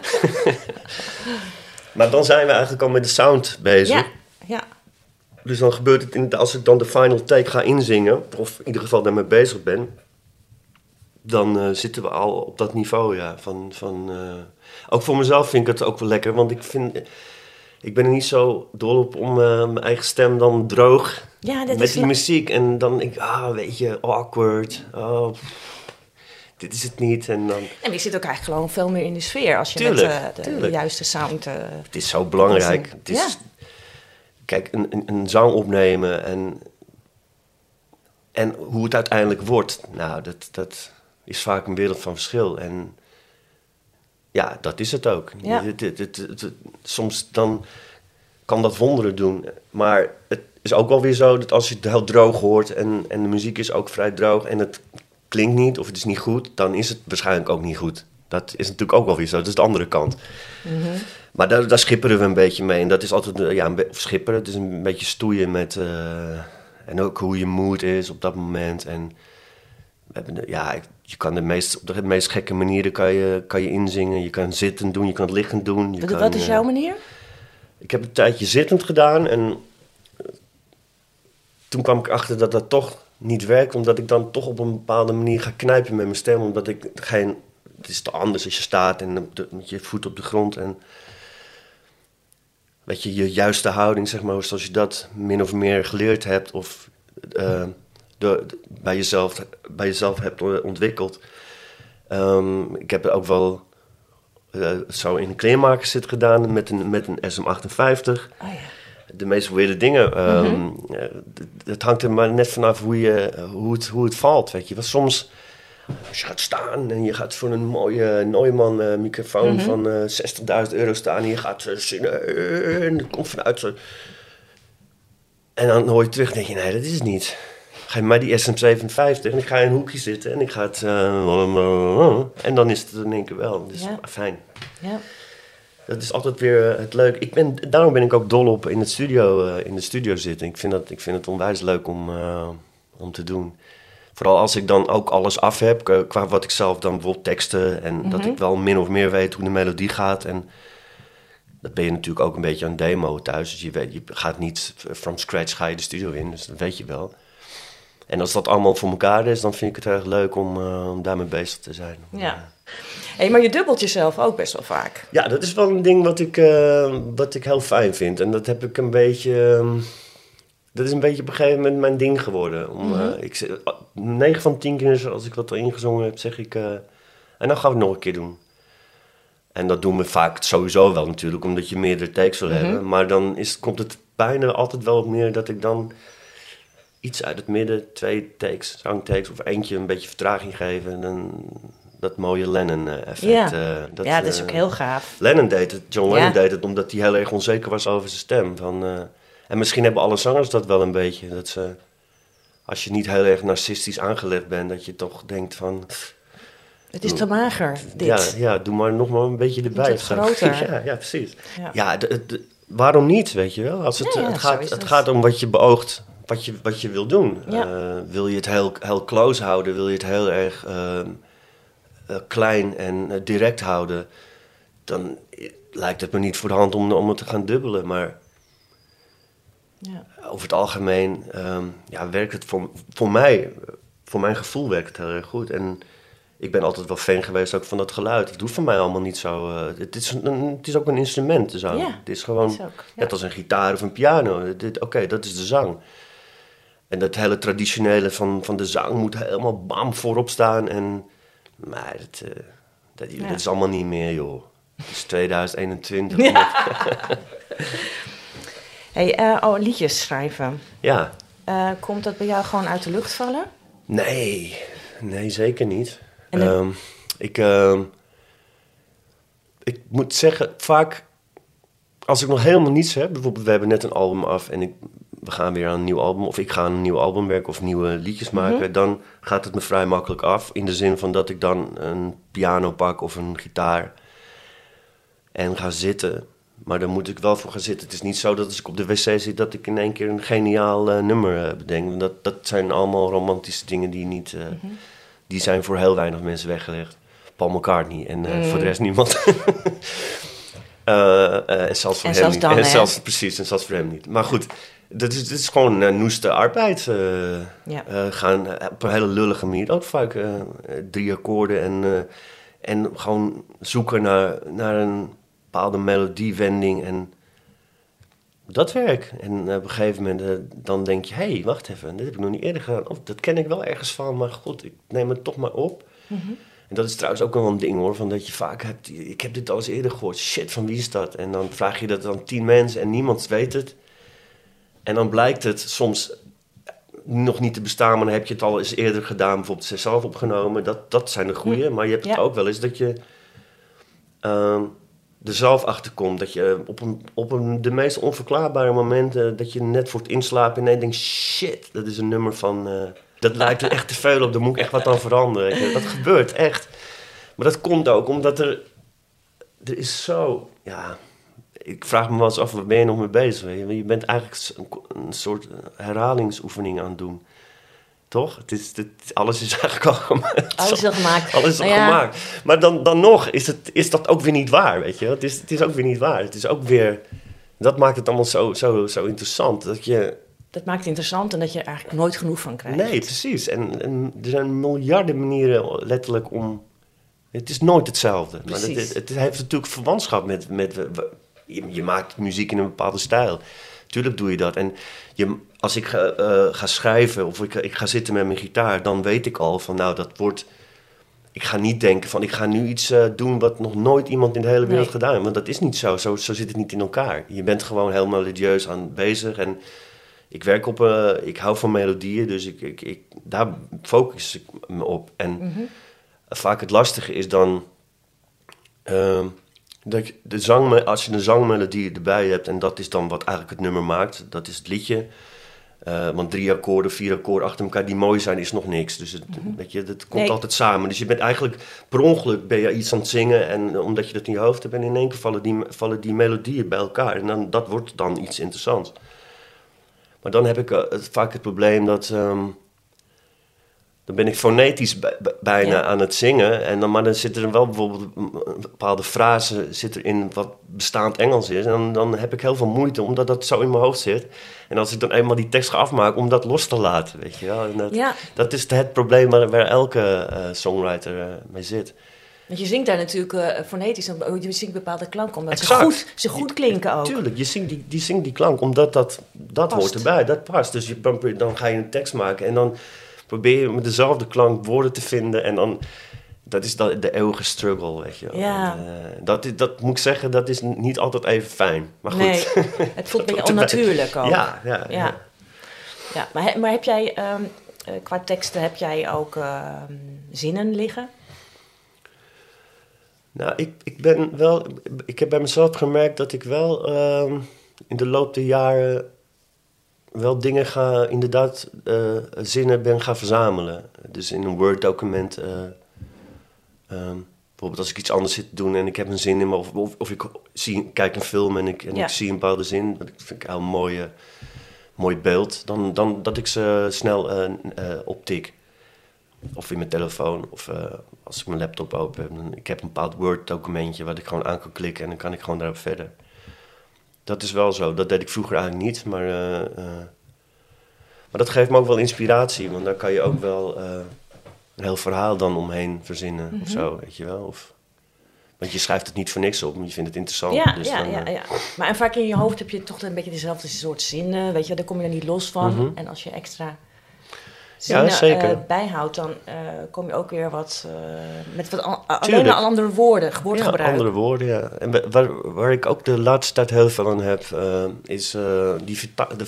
Maar dan zijn we eigenlijk al met de sound bezig. Ja. Dus dan gebeurt het, als ik dan de final take ga inzingen... of in ieder geval daarmee bezig ben... dan zitten we al op dat niveau, ook voor mezelf vind ik het ook wel lekker. Want ik ben er niet zo dol op om mijn eigen stem dan droog... met die muziek. En dan denk ik, weet je, awkward. Dit is het niet. En je zit ook eigenlijk gewoon veel meer in de sfeer... als je met de juiste sound... Het is zo belangrijk. Het is, kijk, een zang opnemen en hoe het uiteindelijk wordt... Nou, dat is vaak een wereld van verschil. En ja, dat is het ook. Ja. Soms dan kan dat wonderen doen. Maar het is ook wel weer zo dat als je het heel droog hoort... en de muziek is ook vrij droog en het klinkt niet of het is niet goed... dan is het waarschijnlijk ook niet goed. Dat is natuurlijk ook wel weer zo. Dat is de andere kant. Mm-hmm. Maar daar schipperen we een beetje mee. En dat is altijd, schipperen. Het is een beetje stoeien met... en ook hoe je mood is op dat moment. En je kan op de meest gekke manieren kan je inzingen. Je kan zittend doen, je kan het liggend doen. Wat is jouw manier? Ik heb een tijdje zittend gedaan. En toen kwam ik achter dat dat toch niet werkt. Omdat ik dan toch op een bepaalde manier ga knijpen met mijn stem. Omdat ik geen... Het is te anders als je staat en met je voet op de grond. En weet je juiste houding, zeg maar, zoals je dat min of meer geleerd hebt. Of bij jezelf hebt ontwikkeld. Ik heb ook wel zo in een kleermaker zit gedaan met een SM58. Oh ja. De meest weirde dingen. Het hangt er maar net vanaf hoe het valt, weet je. Want soms, als je gaat staan en je gaat voor een mooie Neumann microfoon van €60.000 staan en je gaat zingen en dat komt vanuit zo. En dan hoor je terug en denk je, nee, dat is het niet. Ga je maar die SM57 en ik ga in een hoekje zitten en ik ga het... en dan is het in één keer wel. Dus fijn. Ja. Dat is altijd weer het leuk. Daarom ben ik ook dol op in de studio zitten. Ik vind het onwijs leuk om te doen. Vooral als ik dan ook alles af heb, qua wat ik zelf dan bijvoorbeeld teksten... en dat ik wel min of meer weet hoe de melodie gaat. En dat ben je natuurlijk ook een beetje aan demo thuis. Dus je gaat niet from scratch ga je de studio in, dus dat weet je wel. En als dat allemaal voor elkaar is, dan vind ik het erg leuk om daarmee bezig te zijn. Ja. Hey, maar je dubbelt jezelf ook best wel vaak. Ja, dat is wel een ding wat ik heel fijn vind. En dat heb ik een beetje... dat is een beetje op een gegeven moment mijn ding geworden. 9 van 10 keer als ik wat erin gezongen heb, zeg ik... en dan gaan we het nog een keer doen. En dat doen we vaak sowieso wel natuurlijk, omdat je meerdere takes wil hebben. Maar dan komt het bijna altijd wel op neer dat ik dan... iets uit het midden, 2 takes, zangtakes... of eentje een beetje vertraging geven... en dan dat mooie Lennon-effect. Dat is ook heel gaaf. John Lennon deed het... omdat hij heel erg onzeker was over zijn stem. En misschien hebben alle zangers dat wel een beetje. Dat ze, als je niet heel erg narcistisch aangelegd bent... dat je toch denkt van... Het is te mager, dit. Ja, doe maar nog maar een beetje erbij. Het groter. Ja, precies. Ja, waarom niet, weet je wel? Als het gaat om wat je beoogt... Wat je wil doen. Ja. Wil je het heel close houden? Wil je het heel erg klein en direct houden? Dan lijkt het me niet voor de hand om het te gaan dubbelen. Maar over het algemeen werkt het voor mij... Voor mijn gevoel werkt het heel erg goed. En ik ben altijd wel fan geweest ook van dat geluid. Het hoeft voor mij allemaal niet zo... Het is ook een instrument, de zang. Het is gewoon net als een gitaar of een piano. Oké, dat is de zang. En dat hele traditionele van de zang moet helemaal bam voorop staan. En Maar dat is allemaal niet meer, joh. Het is 2021. Hey, liedjes schrijven. Ja. Komt dat bij jou gewoon uit de lucht vallen? Nee, zeker niet. Ik moet zeggen, vaak als ik nog helemaal niets heb... Bijvoorbeeld, we hebben net een album af en we gaan weer aan een nieuw album... of ik ga aan een nieuw album werken of nieuwe liedjes maken... dan gaat het me vrij makkelijk af. In de zin van dat ik dan een piano pak of een gitaar... en ga zitten. Maar daar moet ik wel voor gaan zitten. Het is niet zo dat als ik op de wc zit... dat ik in één keer een geniaal nummer bedenk. Dat zijn allemaal romantische dingen die niet... die zijn voor heel weinig mensen weggelegd. Paul McCartney en voor de rest niemand. En zelfs voor hem niet. Dan, en zelfs, precies, en zelfs voor hem niet. Maar goed, dit is gewoon noeste arbeid. Gaan op een hele lullige manier. Ook vaak 3 akkoorden en gewoon zoeken naar een bepaalde melodiewending en dat werk. En op een gegeven moment dan denk je... hé, wacht even, dit heb ik nog niet eerder gedaan. Of dat ken ik wel ergens van, maar goed, ik neem het toch maar op. En dat is trouwens ook wel een ding, hoor. Van dat je vaak hebt... ik heb dit al eens eerder gehoord. Shit, van wie is dat? En dan vraag je dat aan 10 mensen en niemand weet het. En dan blijkt het soms nog niet te bestaan... maar dan heb je het al eens eerder gedaan. Bijvoorbeeld zelf opgenomen. Dat zijn de goeie. Maar je hebt het ook wel eens dat je... er zelf achter komt. Dat je op de meest onverklaarbare momenten... dat je net voor het inslapen ineens denkt... shit, dat is een nummer van... dat lijkt er echt te veel op, daar moet ik echt wat aan veranderen. Dat gebeurt echt. Maar dat komt ook omdat er is zo... Ja, ik vraag me wel eens af, waar ben je nog mee bezig? Je bent eigenlijk een soort herhalingsoefening aan het doen. Toch? Alles is eigenlijk al gemaakt. Alles is al gemaakt. Alles is al gemaakt. Maar dan nog is dat ook weer niet waar, weet je. Het is ook weer niet waar. Het is ook weer... Dat maakt het allemaal zo interessant. Dat maakt het interessant en dat je er eigenlijk nooit genoeg van krijgt. Nee, precies. En er zijn miljarden manieren letterlijk om... Het is nooit hetzelfde. Precies. Maar het heeft natuurlijk verwantschap met je maakt muziek in een bepaalde stijl. Tuurlijk doe je dat. En als ik ga schrijven of ik ga zitten met mijn gitaar... dan weet ik al van nou, dat wordt... Ik ga niet denken van ik ga nu iets doen... wat nog nooit iemand in de hele wereld gedaan heeft. Want dat is niet zo. Zo zit het niet in elkaar. Je bent gewoon heel melodieus aan bezig en... Ik hou van melodieën, dus daar focus ik me op. En vaak het lastige is dan... dat als je een zangmelodie erbij hebt... en dat is dan wat eigenlijk het nummer maakt... dat is het liedje. Want 3 akkoorden, 4 akkoorden achter elkaar... die mooi zijn, is nog niks. Dus weet je, dat komt altijd samen. Dus je bent eigenlijk... per ongeluk ben je iets aan het zingen... en omdat je dat in je hoofd hebt... en in één keer vallen die melodieën bij elkaar. En dat wordt dan iets interessants. Maar dan heb ik vaak het probleem dat... dan ben ik fonetisch bijna aan het zingen. Maar dan zit er wel bijvoorbeeld een bepaalde frase zit erin wat bestaand Engels is. En dan heb ik heel veel moeite, omdat dat zo in mijn hoofd zit. En als ik dan eenmaal die tekst ga afmaken, om dat los te laten, weet je wel. En dat is het probleem waar elke songwriter mee zit. Want je zingt daar natuurlijk fonetisch, je zingt bepaalde klanken, omdat ze goed klinken ook. Tuurlijk, je zingt die klank, omdat dat hoort erbij, dat past. Dus dan ga je een tekst maken en dan probeer je met dezelfde klank woorden te vinden. En dan, dat is de eeuwige struggle, weet je wel. Ja. Dat moet ik zeggen, dat is niet altijd even fijn. Maar goed. Nee, het voelt een beetje onnatuurlijk ook. Ja. Maar heb jij, qua teksten, heb jij ook zinnen liggen? Nou, ik heb bij mezelf gemerkt dat ik wel in de loop der jaren wel dingen zinnen ben gaan verzamelen. Dus in een Word-document, bijvoorbeeld als ik iets anders zit te doen en ik heb een zin in me, of ik kijk een film en ik zie een bepaalde zin, dat vind ik een heel mooi beeld, dan dat ik ze snel optik. Of in mijn telefoon, of als ik mijn laptop open heb. Ik heb een bepaald Word-documentje wat ik gewoon aan kan klikken en dan kan ik gewoon daarop verder. Dat is wel zo. Dat deed ik vroeger eigenlijk niet, maar dat geeft me ook wel inspiratie. Want daar kan je ook wel een heel verhaal dan omheen verzinnen of zo, weet je wel. Want je schrijft het niet voor niks op, maar je vindt het interessant. Ja. Maar en vaak in je hoofd heb je toch een beetje dezelfde soort zinnen, weet je, daar kom je er niet los van. En als je extra zinnen bijhoudt, dan kom je ook weer met alleen maar andere woordgebruik. Ja, andere woorden, ja. En waar ik ook de laatste tijd heel veel aan heb, is de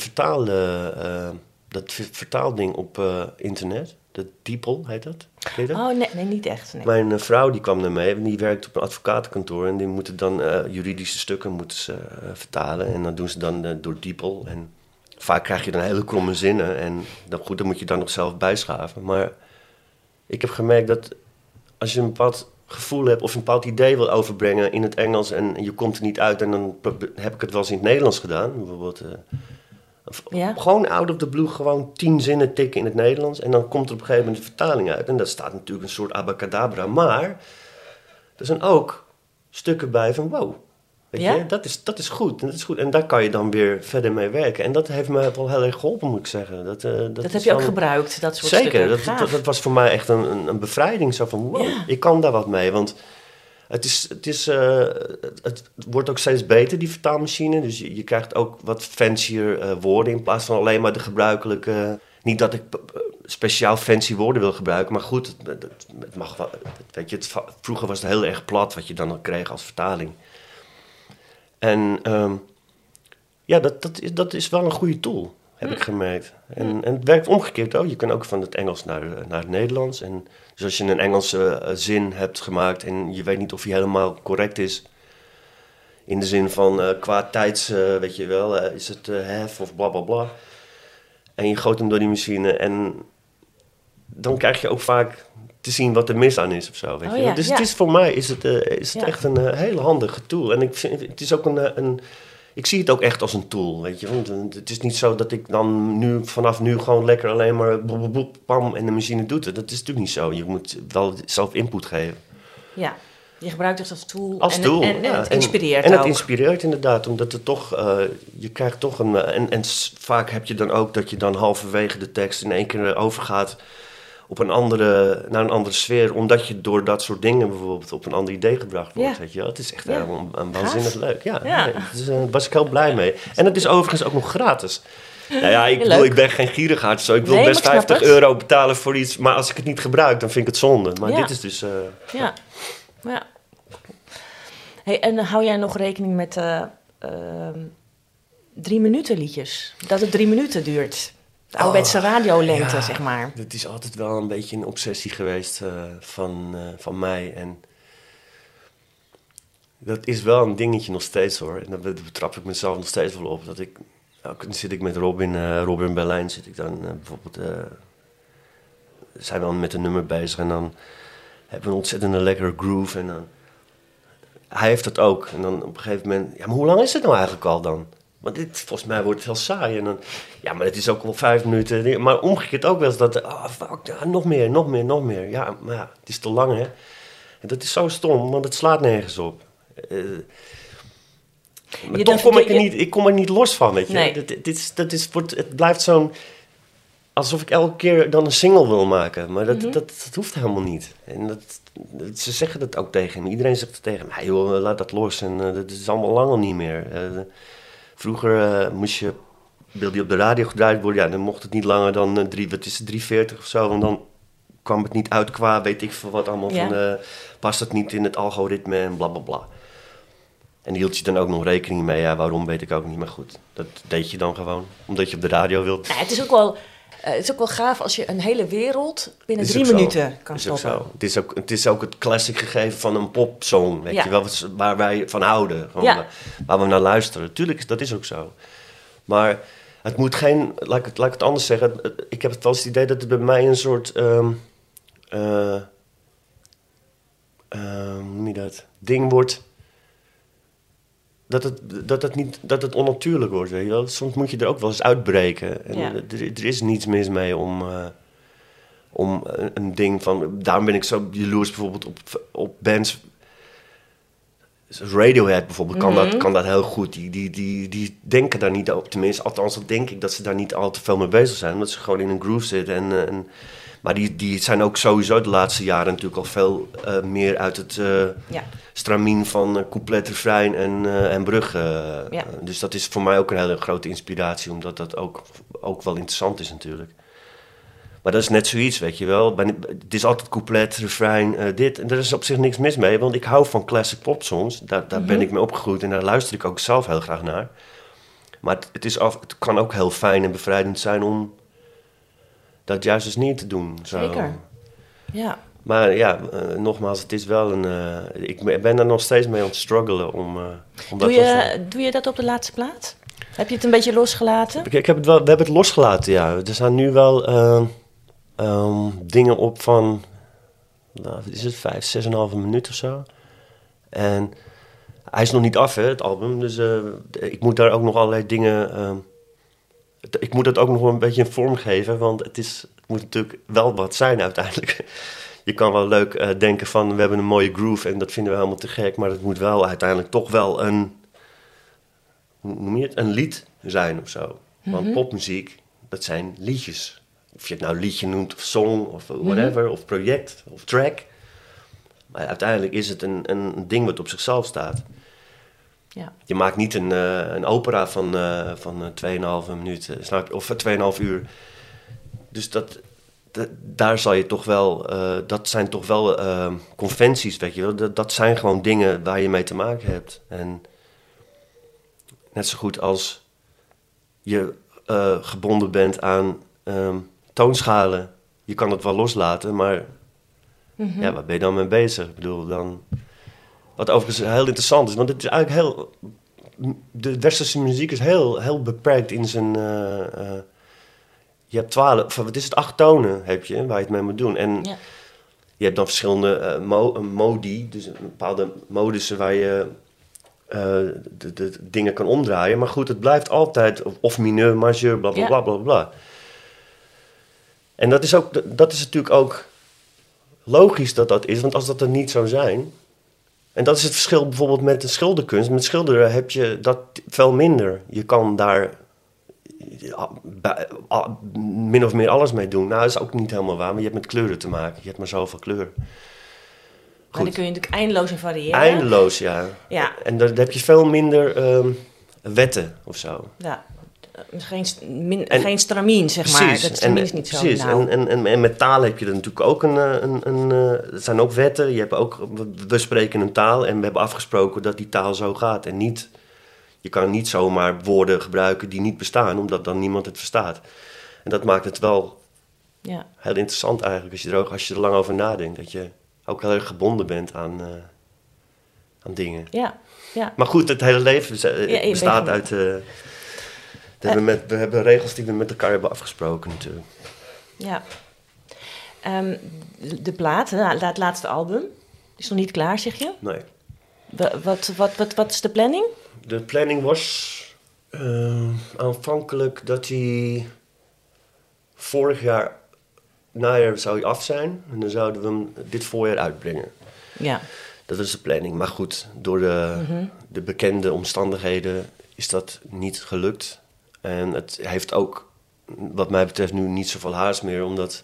vertaalding op internet. De DeepL heet dat. Ken je dat? Oh, nee, niet echt. Nee. Mijn vrouw die kwam ermee en die werkt op een advocatenkantoor en die moeten dan juridische stukken vertalen en dat doen ze dan door DeepL. En vaak krijg je dan hele kromme zinnen en dan moet je dan nog zelf bijschaven. Maar ik heb gemerkt dat als je een bepaald gevoel hebt of een bepaald idee wil overbrengen in het Engels en je komt er niet uit en dan heb ik het wel eens in het Nederlands gedaan, bijvoorbeeld. Gewoon out of the blue, gewoon 10 zinnen tikken in het Nederlands. En dan komt er op een gegeven moment de vertaling uit. En daar staat natuurlijk een soort abacadabra. Maar er zijn ook stukken bij van wow. Weet je, dat is goed. En dat is goed. En daar kan je dan weer verder mee werken. En dat heeft me wel heel erg geholpen, moet ik zeggen. Dat heb je ook gebruikt, dat soort stukken? Zeker. Dat was voor mij echt een bevrijding. Zo van wow, ik kan daar wat mee. Want het wordt ook steeds beter, die vertaalmachine. Dus je krijgt ook wat fancier woorden in plaats van alleen maar de gebruikelijke. Niet dat ik speciaal fancy woorden wil gebruiken, maar goed, het mag wel. Weet je, vroeger was het heel erg plat wat je dan al kreeg als vertaling. En dat is wel een goede tool, heb ik gemerkt. En het werkt omgekeerd ook. Je kan ook van het Engels naar het Nederlands. En dus als je een Engelse zin hebt gemaakt en je weet niet of die helemaal correct is, in de zin van qua tijds, weet je wel, is het have of bla bla bla. En je gooit hem door die machine en dan krijg je ook vaak te zien wat er mis aan is of zo. Weet je? Dus het is voor mij is het echt een hele handige tool. En ik vind het is ook ik zie het ook echt als een tool, weet je. Want het is niet zo dat ik dan vanaf nu gewoon lekker alleen maar pam en de machine doet het. Dat is natuurlijk niet zo. Je moet wel zelf input geven. Ja, je gebruikt het als tool. En het inspireert en ook. het inspireert inderdaad, omdat het toch, je krijgt toch en vaak heb je dan ook dat je dan halverwege de tekst in één keer overgaat naar een andere sfeer, omdat je door dat soort dingen bijvoorbeeld op een ander idee gebracht wordt. Weet je wel? Het is echt waanzinnig leuk. Daar was ik heel blij mee. En het is overigens ook nog gratis. Nou ja, ik ben geen gierigaard, zo. Ik wil best €50 betalen voor iets, maar als ik het niet gebruik, dan vind ik het zonde. Maar dit is dus. Ja. Hey, en hou jij nog rekening met 3 minuten liedjes? Dat het 3 minuten duurt? De ouderwetse radiolengte, zeg maar. Dat is altijd wel een beetje een obsessie geweest van mij. En dat is wel een dingetje nog steeds, hoor. En daar betrap ik mezelf nog steeds wel op. Dan zit ik met Robin Berlijn, zit ik dan bijvoorbeeld. Zijn we dan met een nummer bezig en dan hebben we een ontzettende lekkere groove. En dan, hij heeft dat ook. En dan op een gegeven moment, maar hoe lang is het nou eigenlijk al dan? Want volgens mij wordt het heel saai. En dan, maar het is ook wel 5 minuten. Maar omgekeerd ook wel eens dat, nog meer. Ja, maar het is te lang, hè. En dat is zo stom, want het slaat nergens op. Maar toch kom er niet los van, weet je. Nee. Het blijft zo'n, alsof ik elke keer dan een single wil maken. Maar dat hoeft helemaal niet. En ze zeggen dat ook tegen me. Iedereen zegt het tegen me. Joh, laat dat los. En dat is allemaal lang al niet meer. Vroeger wilde je op de radio gedraaid worden. Ja, dan mocht het niet langer dan 3:40 of zo. Want dan kwam het niet uit qua weet ik veel wat allemaal. Van, past het niet in het algoritme en bla bla bla. En hield je dan ook nog rekening mee. Ja, waarom weet ik ook niet. Maar goed, dat deed je dan gewoon. Omdat je op de radio wilt. Het is ook wel gaaf als je een hele wereld binnen 3 minuten kan stoppen. Het is ook het classic gegeven van een popsong, weet je wel, waar wij van houden, waar we naar luisteren. Tuurlijk, dat is ook zo. Maar het moet geen, laat ik het anders zeggen, ik heb wel eens het idee dat het bij mij een soort, hoe noem je dat, ding wordt, dat het onnatuurlijk wordt, weet je wel. Soms moet je er ook wel eens uitbreken. En er is niets mis mee om een ding van. Daarom ben ik zo jaloers bijvoorbeeld op bands. Radiohead bijvoorbeeld kan dat heel goed. Die denken daar niet op. Tenminste, althans dat denk ik dat ze daar niet al te veel mee bezig zijn. Omdat ze gewoon in een groove zitten. Maar die zijn ook sowieso de laatste jaren natuurlijk al veel meer uit het stramien van couplet, refrein en brug. Dus dat is voor mij ook een hele grote inspiratie, omdat dat ook wel interessant is natuurlijk. Maar dat is net zoiets, weet je wel. Het is altijd couplet, refrein, dit. En daar is op zich niks mis mee, want ik hou van classic popsongs. Daar ben ik mee opgegroeid en daar luister ik ook zelf heel graag naar. Maar het kan ook heel fijn en bevrijdend zijn om dat juist eens niet te doen. Zo. Zeker, ja. Maar ja, nogmaals, het is wel ik ben er nog steeds mee aan het struggelen om Doe je dat op de laatste plaat? Heb je het een beetje losgelaten? We hebben het losgelaten, ja. Er zijn nu wel dingen op van, wat is het, 5, 6,5 minuut of zo. En hij is nog niet af, hè, het album. Dus ik moet daar ook nog allerlei dingen... ik moet het ook nog een beetje in vorm geven, want het moet natuurlijk wel wat zijn uiteindelijk. Je kan wel leuk denken van, we hebben een mooie groove en dat vinden we helemaal te gek. Maar het moet wel uiteindelijk toch wel een lied zijn of zo. Want popmuziek, dat zijn liedjes. Of je het nou liedje noemt of song of whatever, of project of track. Maar uiteindelijk is het een ding wat op zichzelf staat. Ja. Je maakt niet een opera van 2,5 minuut, snap je? Of 2,5 uur. Dus daar zal je toch wel... dat zijn toch wel conventies, weet je wel. Dat zijn gewoon dingen waar je mee te maken hebt. En net zo goed als je gebonden bent aan toonschalen. Je kan het wel loslaten, maar ja, waar ben je dan mee bezig? Ik bedoel, dan... Wat overigens heel interessant is, want het is eigenlijk heel... De westerse muziek is heel beperkt in zijn... je hebt 8 tonen heb je, waar je het mee moet doen. En je hebt dan verschillende modi, dus bepaalde modussen waar je de dingen kan omdraaien. Maar goed, het blijft altijd of mineur, majeur, bla bla bla bla bla. En dat is natuurlijk ook logisch dat is, want als dat er niet zou zijn... En dat is het verschil bijvoorbeeld met de schilderkunst. Met schilderen heb je dat veel minder. Je kan daar min of meer alles mee doen. Nou, dat is ook niet helemaal waar, maar je hebt met kleuren te maken. Je hebt maar zoveel kleur. Maar dan kun je natuurlijk eindeloos in variëren. Eindeloos, ja. En dan heb je veel minder wetten of zo. Ja. Geen stramien, zeg maar. Precies. Dat stramien is niet zo precies. nauw. En met taal heb je er natuurlijk ook er zijn ook wetten. We spreken een taal en we hebben afgesproken dat die taal zo gaat. En je kan niet zomaar woorden gebruiken die niet bestaan, omdat dan niemand het verstaat. En dat maakt het wel heel interessant eigenlijk, als je er lang over nadenkt. Dat je ook heel erg gebonden bent aan dingen. Ja. Maar goed, het hele leven bestaat uit... We hebben regels die we met elkaar hebben afgesproken natuurlijk. Ja. De plaat, het laatste album, is nog niet klaar, zeg je? Nee. Wat is de planning? De planning was aanvankelijk dat hij vorig jaar najaar zou hij af zijn. En dan zouden we hem dit voorjaar uitbrengen. Ja. Dat is de planning. Maar goed, door de bekende omstandigheden is dat niet gelukt. En het heeft ook, wat mij betreft, nu niet zoveel haast meer, omdat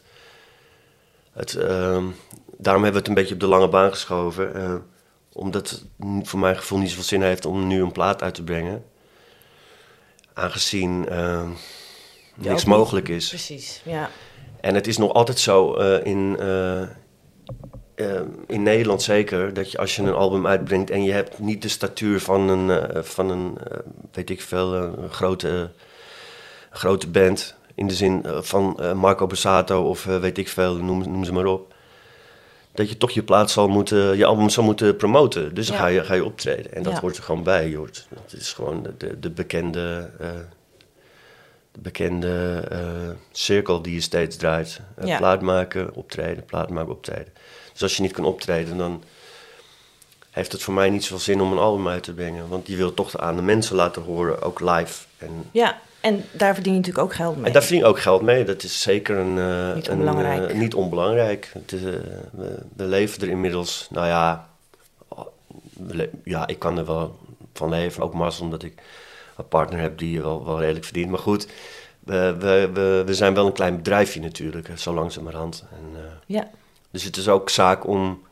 daarom hebben we het een beetje op de lange baan geschoven. Omdat het voor mijn gevoel niet zoveel zin heeft om nu een plaat uit te brengen. Aangezien niks mogelijk is. Precies, ja. En het is nog altijd zo in Nederland zeker, dat als je een album uitbrengt en je hebt niet de statuur van een weet ik veel, een grote band, in de zin van Marco Borsato of weet ik veel, noem ze maar op, dat je toch je album zal moeten promoten. Dus dan ga je optreden. En dat hoort er gewoon bij, Jort. Dat is gewoon de bekende cirkel die je steeds draait. Plaat maken, optreden, plaat maken, optreden. Dus als je niet kan optreden, dan heeft het voor mij niet zoveel zin om een album uit te brengen. Want je wil toch aan de mensen laten horen, ook live. En daar verdien je natuurlijk ook geld mee. En daar verdien je ook geld mee. Dat is zeker niet onbelangrijk. We leven er inmiddels, nou ja, ik kan er wel van leven. Ook maar omdat ik een partner heb die wel redelijk verdient. Maar goed, we zijn wel een klein bedrijfje natuurlijk, zo langzamerhand. Dus het is ook zaak om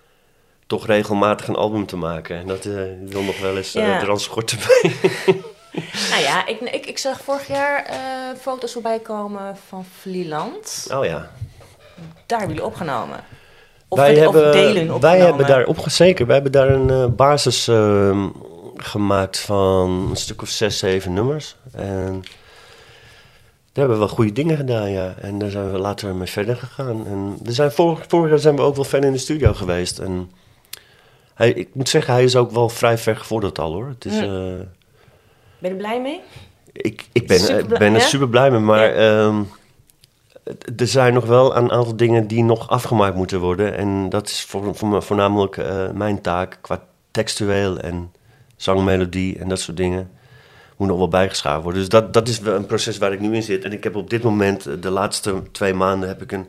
toch regelmatig een album te maken. En dat wil nog wel eens de randschort erbij. Nou ja, ik zag vorig jaar foto's voorbij komen van Vlieland. Oh ja. Daar hebben jullie opgenomen. Of Wij delen opgenomen. Wij hebben daar zeker. Wij hebben daar een basis gemaakt van een stuk of 6, 7 nummers. En daar hebben we wel goede dingen gedaan, ja. En daar zijn we later mee verder gegaan. En we zijn vorig jaar zijn we ook wel ver in de studio geweest. En ik moet zeggen, hij is ook wel vrij ver gevorderd al, hoor. Het is, Ben je er blij mee? Ik ben er super blij mee, maar er zijn nog wel een aantal dingen die nog afgemaakt moeten worden. En dat is voornamelijk mijn taak qua textueel en zangmelodie en dat soort dingen. Moet nog wel bijgeschaafd worden. Dus dat is wel een proces waar ik nu in zit. En ik heb op dit moment, de laatste 2 maanden, heb ik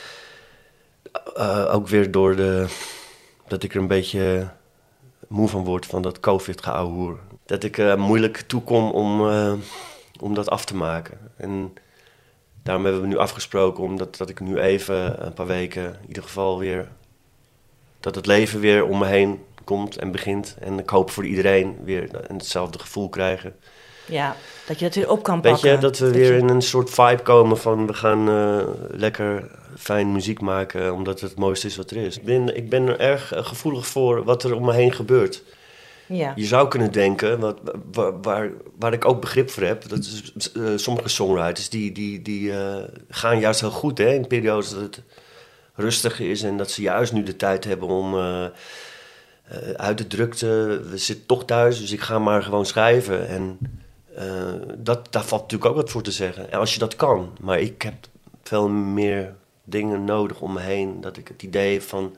ook weer dat ik er een beetje moe van word van dat COVID-geouwehoer. Dat ik moeilijk toekom om dat af te maken. En daarom hebben we nu afgesproken dat ik nu even een paar weken in ieder geval weer, dat het leven weer om me heen komt en begint. En ik hoop voor iedereen weer hetzelfde gevoel krijgen. Ja, dat je dat weer op kan pakken. Weet je, dat we weer in een soort vibe komen van we gaan lekker fijn muziek maken, omdat het mooiste is wat er is. Ik ben er erg gevoelig voor wat er om me heen gebeurt. Ja. Je zou kunnen denken, waar ik ook begrip voor heb, dat is, sommige songwriters die gaan juist heel goed, hè, in periodes dat het rustig is en dat ze juist nu de tijd hebben om uit de drukte, we zitten toch thuis, dus ik ga maar gewoon schrijven. En daar valt natuurlijk ook wat voor te zeggen. En als je dat kan, maar ik heb veel meer dingen nodig om me heen, dat ik het idee van,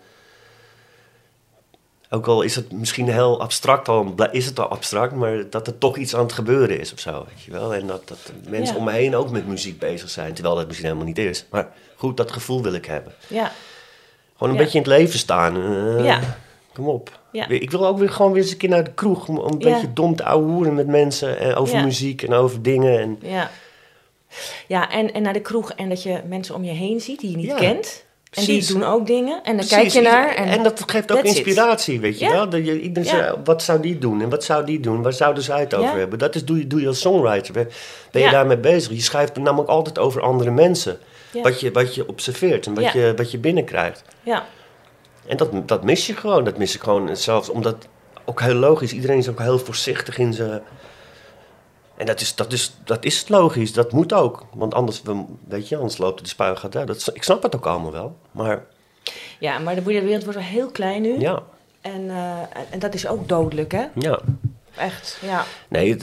ook al is het misschien heel abstract, is het al abstract, maar dat er toch iets aan het gebeuren is of zo, weet je wel. En dat mensen om me heen ook met muziek bezig zijn, terwijl dat misschien helemaal niet is. Maar goed, dat gevoel wil ik hebben. Ja. Gewoon een beetje in het leven staan. Kom op. Ja. Ik wil ook weer eens een keer naar de kroeg, om een beetje dom te ouwehoeren met mensen over muziek en over dingen. En Ja, en naar de kroeg en dat je mensen om je heen ziet die je niet kent. Precies. En die doen ook dingen. En dan kijk je naar. En dat geeft ook inspiratie, weet je wel. Dat iedereen zegt, wat zou die doen? En wat zou die doen? Waar zouden zij het over hebben? Dat is, doe je als songwriter. Ben je daarmee bezig? Je schrijft namelijk altijd over andere mensen. Ja. Wat je observeert en wat je binnenkrijgt. Ja. En dat mis je gewoon. Dat mis ik gewoon zelfs. Omdat, ook heel logisch, iedereen is ook heel voorzichtig in zijn. En dat is logisch, dat moet ook. Want anders loopt de spuigaat uit. Ik snap het ook allemaal wel, maar... Ja, maar de wereld wordt wel heel klein nu. Ja. En dat is ook dodelijk, hè? Ja. Echt, ja. Nee,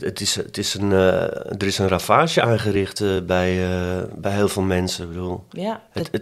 er is een ravage aangericht bij heel veel mensen. Ik bedoel, ja.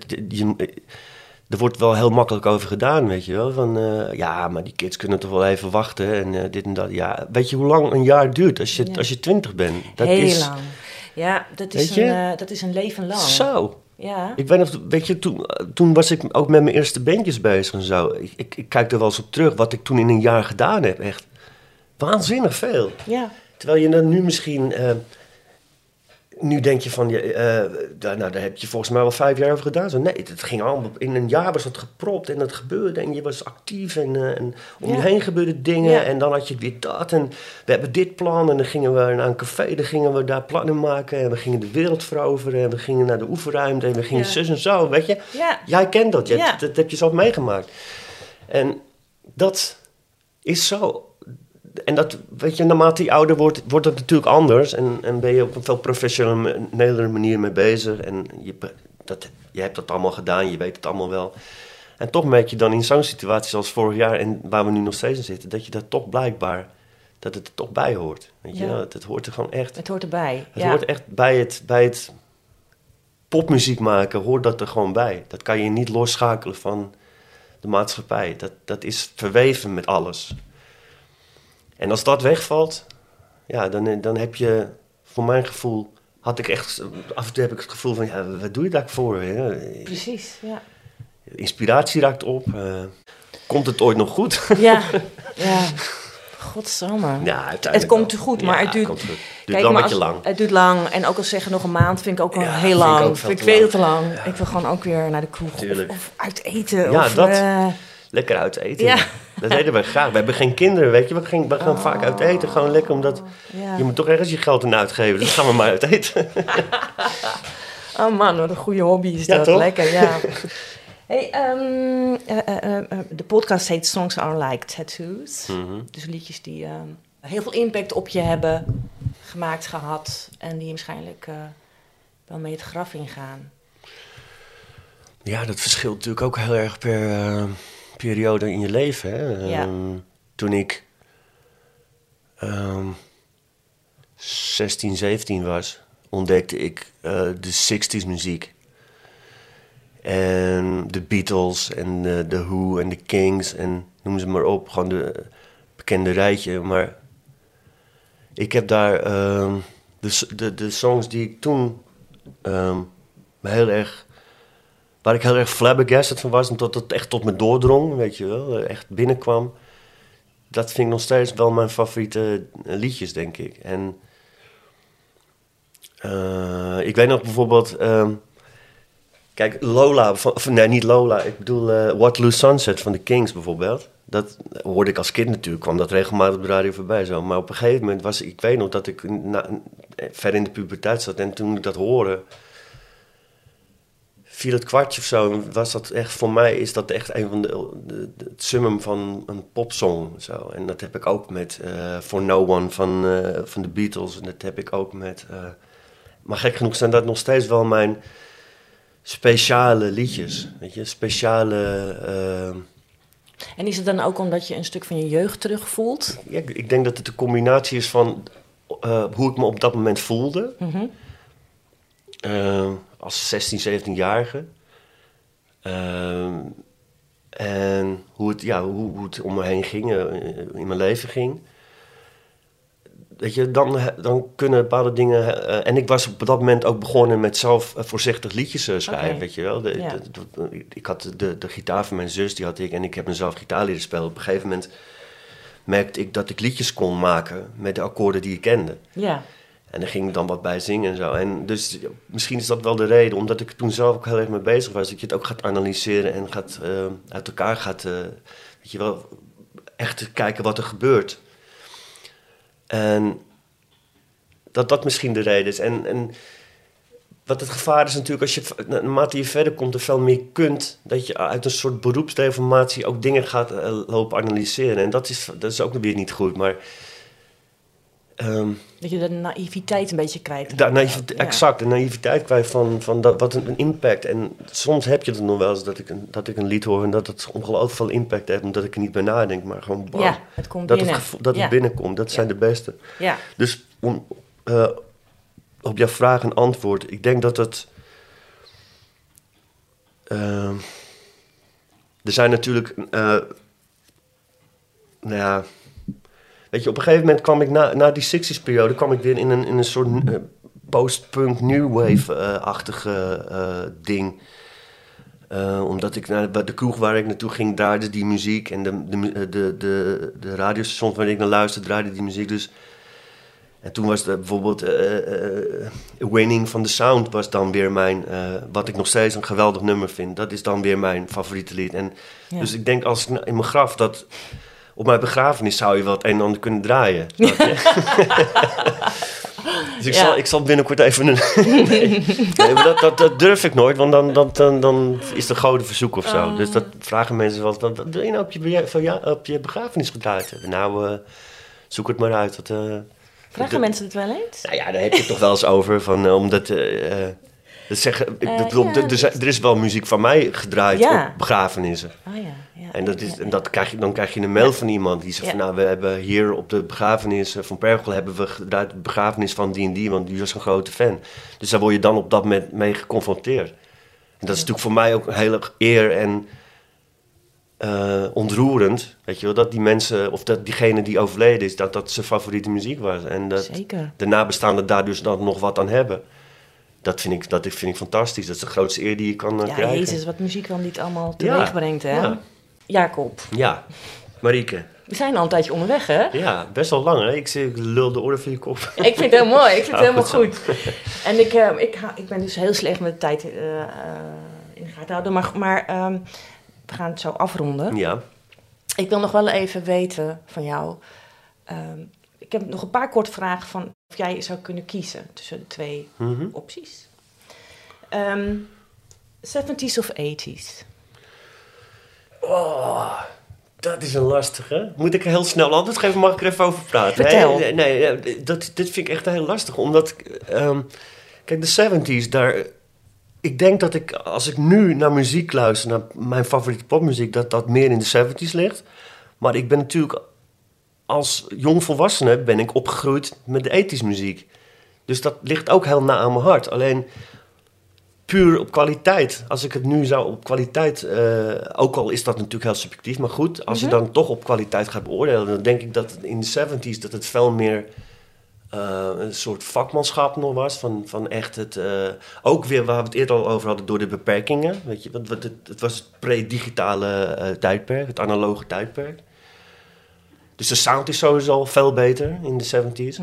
Er wordt wel heel makkelijk over gedaan, weet je wel. Van, maar die kids kunnen toch wel even wachten en dit en dat. Ja, weet je hoe lang een jaar duurt als je 20 bent? Dat heel is lang. Ja, dat is een leven lang. Zo. Ja. Ik weet nog, weet je, toen was ik ook met mijn eerste bandjes bezig en zo. Ik kijk er wel eens op terug wat ik toen in een jaar gedaan heb. Echt waanzinnig veel. Ja. Terwijl je dan nu misschien... Nu denk je van, daar heb je volgens mij wel 5 jaar over gedaan. Zo, nee, het ging allemaal, in een jaar was dat gepropt en dat gebeurde. En je was actief en om je heen gebeurden dingen. Ja. En dan had je weer dat en we hebben dit plan. En dan gingen we naar een café, dan gingen we daar plannen maken. En we gingen de wereld veroveren. En we gingen naar de oefenruimte en we gingen zus en zo, weet je. Ja. Jij kent dat, dat heb je zelf meegemaakt. En dat is zo... En dat, weet je, naarmate je ouder wordt, wordt het natuurlijk anders. En ben je op een veel professionele manier mee bezig. En je hebt dat allemaal gedaan, je weet het allemaal wel. En toch merk je dan in zo'n situatie zoals vorig jaar... en waar we nu nog steeds in zitten... dat je dat toch blijkbaar, dat het er toch bij hoort. Weet je? Het hoort er gewoon echt... Het hoort erbij, Het hoort echt bij het popmuziek maken, hoort dat er gewoon bij. Dat kan je niet losschakelen van de maatschappij. Dat is verweven met alles... En als dat wegvalt, ja, dan heb je, voor mijn gevoel, af en toe heb ik het gevoel van, wat doe je daarvoor? Hè? Precies, ja. Inspiratie raakt op. Komt het ooit nog goed? Ja. Godsamme. Ja, het komt goed, maar het duurt... Het duurt wel een beetje lang. Het duurt lang. En ook al zeggen nog een maand, vind ik ook wel heel lang. Vind ik veel te lang. Ik wil gewoon ook weer naar de kroeg. Of uit eten. Ja, lekker uit eten. Ja. Dat deden wij graag. We hebben geen kinderen, weet je. We gaan vaak uit eten, gewoon lekker, omdat... Ja. Je moet toch ergens je geld in uitgeven. Dus gaan we maar uit eten. Oh man, wat een goede hobby is Ja, dat. toch? Lekker, ja. Hey, de podcast heet Songs Are Like Tattoos. Dus liedjes die heel veel impact op je hebben gemaakt, gehad. En die waarschijnlijk wel mee het graf ingaan. Ja, dat verschilt natuurlijk ook heel erg per periode in je leven. Hè? Ja. Toen ik 16, 17 was, ontdekte ik de 60s muziek. En de Beatles en de Who en de Kings en noem ze maar op. Gewoon de bekende rijtje. Maar ik heb daar de songs die ik toen waar ik heel erg flabbergasted van was en tot het echt tot me doordrong, weet je wel, echt binnenkwam. Dat vind ik nog steeds wel mijn favoriete liedjes, denk ik. En ik weet nog bijvoorbeeld... kijk, Lola... nee, niet Lola. Ik bedoel Waterloo Sunset van de Kings bijvoorbeeld. Dat hoorde ik als kind natuurlijk. Kwam dat regelmatig op de radio voorbij zo. Maar op een gegeven moment was... Ik weet nog dat ik ver in de puberteit zat. En toen ik dat hoorde... viel het kwartje of zo. Was dat echt... Voor mij is dat echt een van het summum van een popsong. Zo. En dat heb ik ook met For No One van de Beatles. En dat heb ik ook met... maar gek genoeg zijn dat nog steeds wel mijn... speciale liedjes, weet je, speciale... En is het dan ook omdat je een stuk van je jeugd terugvoelt? Ja, ik denk dat het een combinatie is van hoe ik me op dat moment voelde. Als 16, 17-jarige. En hoe het om me heen ging, in mijn leven ging. Weet je, dan kunnen bepaalde dingen... en ik was op dat moment ook begonnen met zelf voorzichtig liedjes schrijven, weet je wel. Ik had de gitaar van mijn zus, die had ik... en ik heb mezelf gitaar leren spelen. Op een gegeven moment merkte ik dat ik liedjes kon maken met de akkoorden die ik kende. Ja. En daar ging ik dan wat bij zingen en zo. En dus misschien is dat wel de reden, omdat ik toen zelf ook heel erg mee bezig was... dat je het ook gaat analyseren en uit elkaar gaat... weet je wel, echt kijken wat er gebeurt... En dat misschien de reden is. En wat het gevaar is natuurlijk, als je naarmate je verder komt er veel meer kunt, dat je uit een soort beroepsdeformatie ook dingen gaat lopen analyseren. En dat is ook weer niet goed, maar... dat je de naïviteit een beetje kwijt. Exact, de naïviteit kwijt van dat, wat een impact. En soms heb je het nog wel eens dat ik een lied hoor en dat het ongelooflijk veel impact heeft, omdat ik er niet bij nadenk, maar gewoon bam. Ja, het komt binnen. Het binnenkomt, dat zijn de beste. Ja. Dus op jouw vraag een antwoord. Ik denk dat het... er zijn natuurlijk... weet je, op een gegeven moment kwam ik na die 60s periode... kwam ik weer in een soort post-punk new wave-achtige ding. Omdat ik naar de kroeg waar ik naartoe ging draaide die muziek... en de radiostations waar ik naar luisterde draaide die muziek. Dus... En toen was het bijvoorbeeld Winning van The Sound was dan weer mijn... wat ik nog steeds een geweldig nummer vind. Dat is dan weer mijn favoriete lied. En dus ik denk als ik in mijn graf dat... Op mijn begrafenis zou je wel het een en ander kunnen draaien. Dus ik zal binnenkort even een... nee, maar dat durf ik nooit, want dan is de goden verzoek of zo. Dus dat vragen mensen wel. Wat wil je nou op je begrafenis gedraaid hebben? Nou, zoek het maar uit. Vragen mensen het wel eens? Nou ja, daar heb je het toch wel eens over. Omdat... er is wel muziek van mij gedraaid op begrafenissen. En dan krijg je een mail van iemand die zegt van... Nou, we hebben hier op de begrafenis van Pergel... hebben we gedraaid de begrafenis van die en die... want die was een grote fan. Dus daar word je dan op dat moment mee geconfronteerd. En dat is natuurlijk voor mij ook een hele eer en ontroerend. Weet je wel, dat die mensen... of dat diegene die overleden is... dat zijn favoriete muziek was. En dat de nabestaanden daar dus dan nog wat aan hebben... Dat vind ik fantastisch. Dat is de grootste eer die je kan krijgen. Ja, Jezus, wat muziek wel niet allemaal teweeg brengt, hè? Ja. Jacob. Ja, Marieke. We zijn al een tijdje onderweg, hè? Ja, best wel lang, hè? Ik lul de orde van je kop. Ik vind het heel mooi. Ik vind het helemaal goed. En ik ben dus heel slecht met de tijd in de gaten houden. Maar we gaan het zo afronden. Ja. Ik wil nog wel even weten van jou. Ik heb nog een paar korte vragen van of jij zou kunnen kiezen tussen de 2 opties. 70s of 80s? Oh, dat is een lastige. Moet ik heel snel antwoord geven? Mag ik er even over praten? Vertel. Nee, dit vind ik echt heel lastig. Omdat, kijk, de 70s, daar... Ik denk dat als ik nu naar muziek luister, naar mijn favoriete popmuziek, dat meer in de 70s ligt. Maar ik ben natuurlijk, als jongvolwassene ben ik opgegroeid met de 80s muziek. Dus dat ligt ook heel na aan mijn hart. Alleen puur op kwaliteit. Als ik het nu zou op kwaliteit... ook al is dat natuurlijk heel subjectief, maar goed. Als je dan toch op kwaliteit gaat beoordelen, dan denk ik dat in de 70s dat het veel meer een soort vakmanschap nog was. Van echt het... ook weer waar we het eerder al over hadden door de beperkingen. Weet je, want het was het pre-digitale tijdperk, het analoge tijdperk. Dus de sound is sowieso al veel beter in de 70s.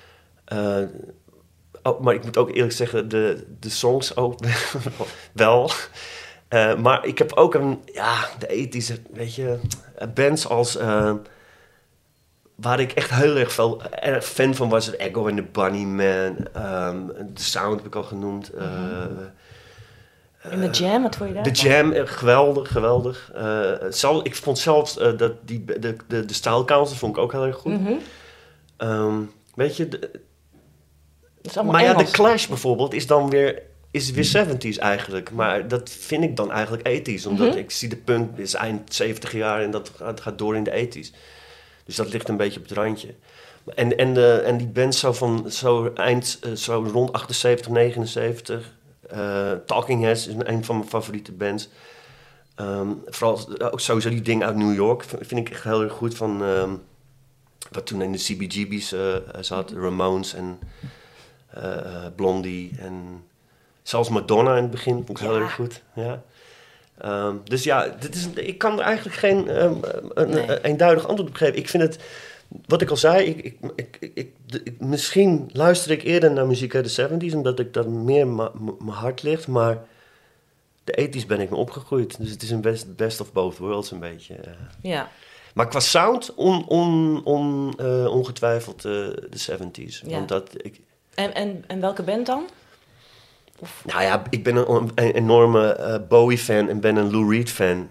Maar ik moet ook eerlijk zeggen, de songs ook wel. Maar ik heb ook de ethische, weet je, bands als... waar ik echt heel erg fan van was, Echo and the Bunnymen. De Sound heb ik al genoemd. In de Jam, wat vond je daar? De Jam, geweldig. Ik vond zelfs dat de Style Council vond ik ook heel erg goed. Weet je... Maar ja, de Clash bijvoorbeeld is weer 70s eigenlijk. Maar dat vind ik dan eigenlijk 80s. Omdat ik zie de punk is eind 70 jaar en dat gaat door in de 80s. Dus dat ligt een beetje op het randje. En die bands zo rond 78, 79. Talking Heads is een van mijn favoriete bands. Vooral ook sowieso die ding uit New York vind ik echt heel erg goed. Van wat toen in de CBGB's zat. Ramones en Blondie. En zelfs Madonna in het begin vond ik heel erg goed. Ja. Dus ja, ik kan er eigenlijk geen eenduidig antwoord op geven. Ik vind het, wat ik al zei, misschien luister ik eerder naar muziek uit de 70s, omdat ik dat meer mijn hart ligt, maar de 80s ben ik me opgegroeid. Dus het is een best of both worlds een beetje. Ja. Maar qua sound, ongetwijfeld de 70s. Ja. Want dat, En welke band dan? Nou ja, ik ben een enorme Bowie-fan en ben een Lou Reed-fan.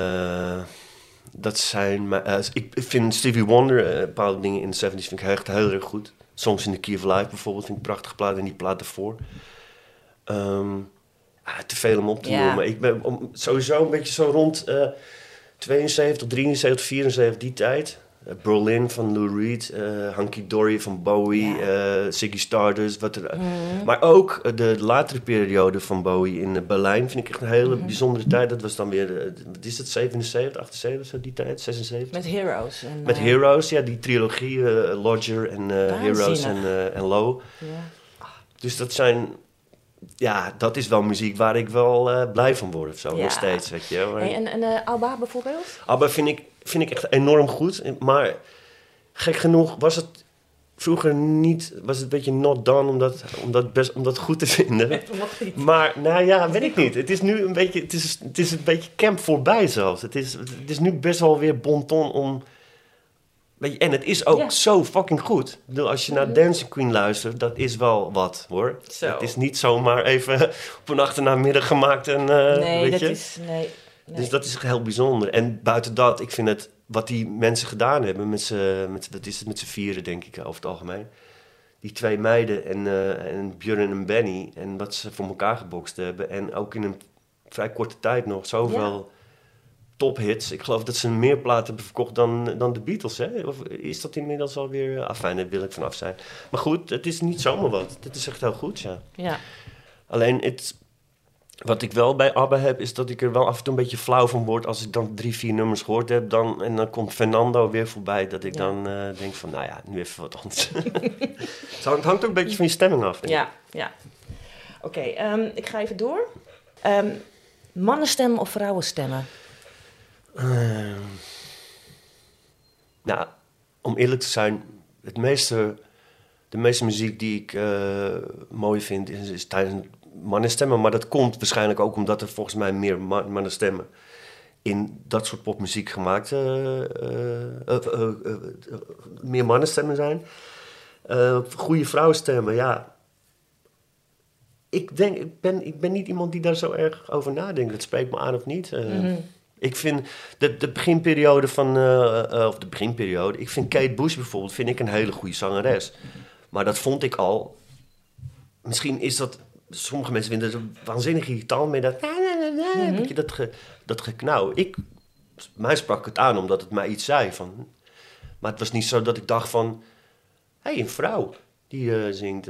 Dat zijn... ik vind Stevie Wonder, bepaalde dingen in de 70s vind ik echt heel erg goed. Songs in the Key of Life bijvoorbeeld vind ik een prachtige plaat en die plaat ervoor. Te veel om op te noemen. Maar ik ben sowieso een beetje zo rond 72, 73, 74, die tijd. Berlin van Lou Reed, Hunky Dory van Bowie, Ziggy Stardust. Maar ook de latere periode van Bowie in Berlijn vind ik echt een hele bijzondere tijd. Dat was dan weer, wat is het, 77, 78, zo die tijd, 76? Met Heroes. Met Heroes, ja, die trilogie, Lodger en Heroes en Low. Ja. Dus dat zijn... Ja, dat is wel muziek waar ik wel blij van word of zo, nog steeds, weet je. Maar... Hey, en ABBA bijvoorbeeld? ABBA vind ik echt enorm goed, maar gek genoeg was het vroeger niet, was het een beetje not done om dat goed te vinden. Maar, nou ja, weet ik niet. Het is nu een beetje, het is een beetje camp voorbij zelfs. Het is nu best wel weer bon ton om... Weet je, en het is ook zo fucking goed. Ik bedoel, als je naar Dancing Queen luistert, dat is wel wat, hoor. Zo. Het is niet zomaar even op een achtermiddag gemaakt en weet je. Nee. Dus dat is heel bijzonder. En buiten dat, ik vind het, wat die mensen gedaan hebben, met z'n vieren, denk ik, over het algemeen. Die 2 meiden en Björn en Benny, en wat ze voor elkaar gebokst hebben. En ook in een vrij korte tijd nog zoveel... tophits. Ik geloof dat ze meer platen hebben verkocht dan de Beatles, hè? Of is dat inmiddels alweer... Afijn, daar wil ik vanaf zijn. Maar goed, het is niet zomaar wat. Het is echt heel goed, ja. Alleen, wat ik wel bij ABBA heb, is dat ik er wel af en toe een beetje flauw van word... als ik dan 3-4 nummers gehoord heb, en dan komt Fernando weer voorbij... dat ik dan denk van, nou ja, nu even wat anders. Het hangt ook een beetje van je stemming af. Ja. Oké, ik ga even door. Mannenstemmen of vrouwenstemmen? Nou, om eerlijk te zijn, de meeste muziek die ik mooi vind is tijdens mannenstemmen. Maar dat komt waarschijnlijk ook omdat er volgens mij meer mannen stemmen in dat soort popmuziek gemaakt. Meer mannenstemmen zijn. Goede vrouwenstemmen, ja. Ik ben niet iemand die daar zo erg over nadenkt. Het spreekt me aan of niet. Ik vind de beginperiode ik vind Kate Bush bijvoorbeeld, vind ik een hele goede zangeres. Maar dat vond ik al. Misschien is dat, sommige mensen vinden het waanzinnig irritant met dat geknauw. Mij sprak het aan omdat het mij iets zei van. Maar het was niet zo dat ik dacht van, hé, een vrouw die zingt.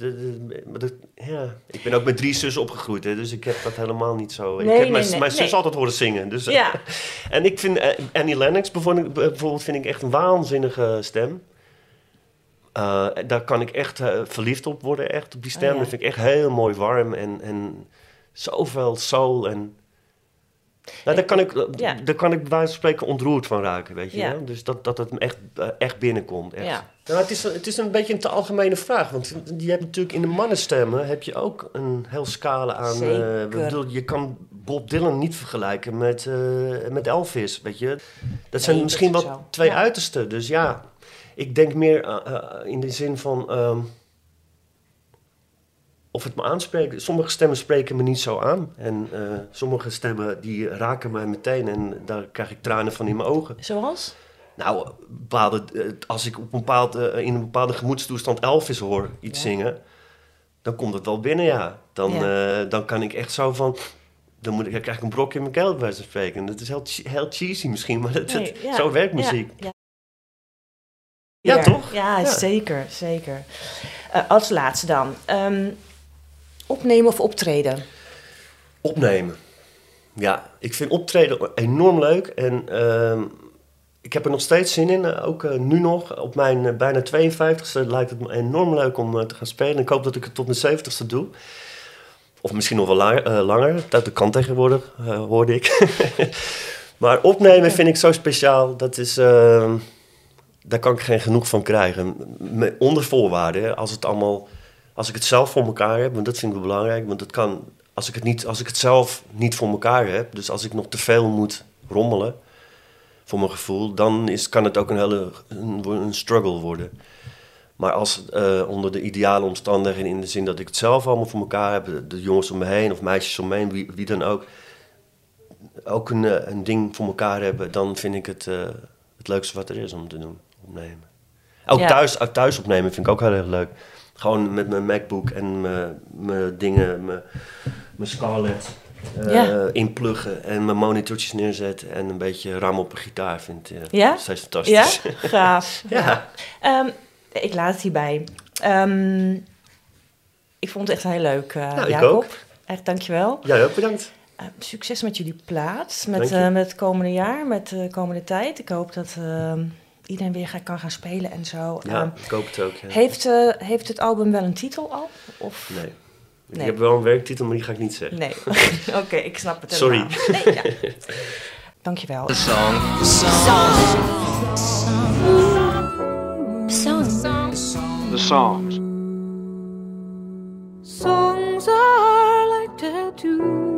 Ik ben ook met 3 zussen opgegroeid, hè, dus ik heb dat helemaal niet zo. Ik heb mijn zus altijd horen zingen. Dus, en ik vind Annie Lennox bijvoorbeeld vind ik echt een waanzinnige stem. Daar kan ik echt verliefd op worden, echt op die stem. Dat vind ik echt heel mooi warm en zoveel soul en. Nou, daar kan ik bij wijze van spreken ontroerd van raken, weet je wel? Dus dat het me echt binnenkomt. Echt. Ja. Nou, het is een beetje een te algemene vraag. Want je hebt natuurlijk in de mannenstemmen heb je ook een heel scala aan. Je kan Bob Dylan niet vergelijken met Elvis, weet je. Dat zijn misschien wel 2 uitersten. Dus ja, ik denk meer in de zin van. Of het me aanspreekt. Sommige stemmen spreken me niet zo aan. En sommige stemmen die raken mij meteen. En daar krijg ik tranen van in mijn ogen. Zoals? Nou, als ik in een bepaalde gemoedstoestand Elvis hoor iets zingen. Dan komt het wel binnen, ja. Dan kan ik echt zo van. Dan krijg ik een brok in mijn keel bij wijze van spreken. Dat is heel cheesy misschien. Maar zo werkt muziek. Ja, toch? Ja, zeker. Als laatste dan. Opnemen of optreden? Opnemen. Ja, ik vind optreden enorm leuk. En ik heb er nog steeds zin in. Ook nu nog. Op mijn bijna 52e lijkt het me enorm leuk om te gaan spelen. Ik hoop dat ik het tot mijn 70ste doe. Of misschien nog wel langer. Dat kan tegenwoordig, hoorde ik. Maar opnemen vind ik zo speciaal. Dat is. Daar kan ik geen genoeg van krijgen. Onder voorwaarden. Als ik het zelf voor elkaar heb, want dat vind ik wel belangrijk. Want dat kan, als ik het zelf niet voor elkaar heb, dus als ik nog te veel moet rommelen, voor mijn gevoel, dan kan het ook een struggle worden. Maar als onder de ideale omstandigheden, in de zin dat ik het zelf allemaal voor elkaar heb, de jongens om me heen of meisjes om me heen, wie dan ook een ding voor elkaar hebben, dan vind ik het leukste wat er is om te doen, opnemen. Ook thuis opnemen vind ik ook heel erg leuk. Gewoon met mijn MacBook en mijn dingen, mijn Scarlett inpluggen en mijn monitortjes neerzetten en een beetje ram op een gitaar vind ik steeds fantastisch. Ja, gaaf. Ik laat het hierbij. Ik vond het echt heel leuk, Jacob. Ik ook. Echt, dankjewel. Jij ook, bedankt. Succes met jullie plaat, met het komende jaar, met de komende tijd. Ik hoop dat iedereen weer kan gaan spelen en zo. Ja, ik hoop het ook. Ja. Heeft het album wel een titel al? Of? Nee. Ik heb wel een werktitel, maar die ga ik niet zeggen. Nee, oké, ik snap het helemaal. Sorry. Nee, ja. Dankjewel. The song. The songs. Songs are like tattoos.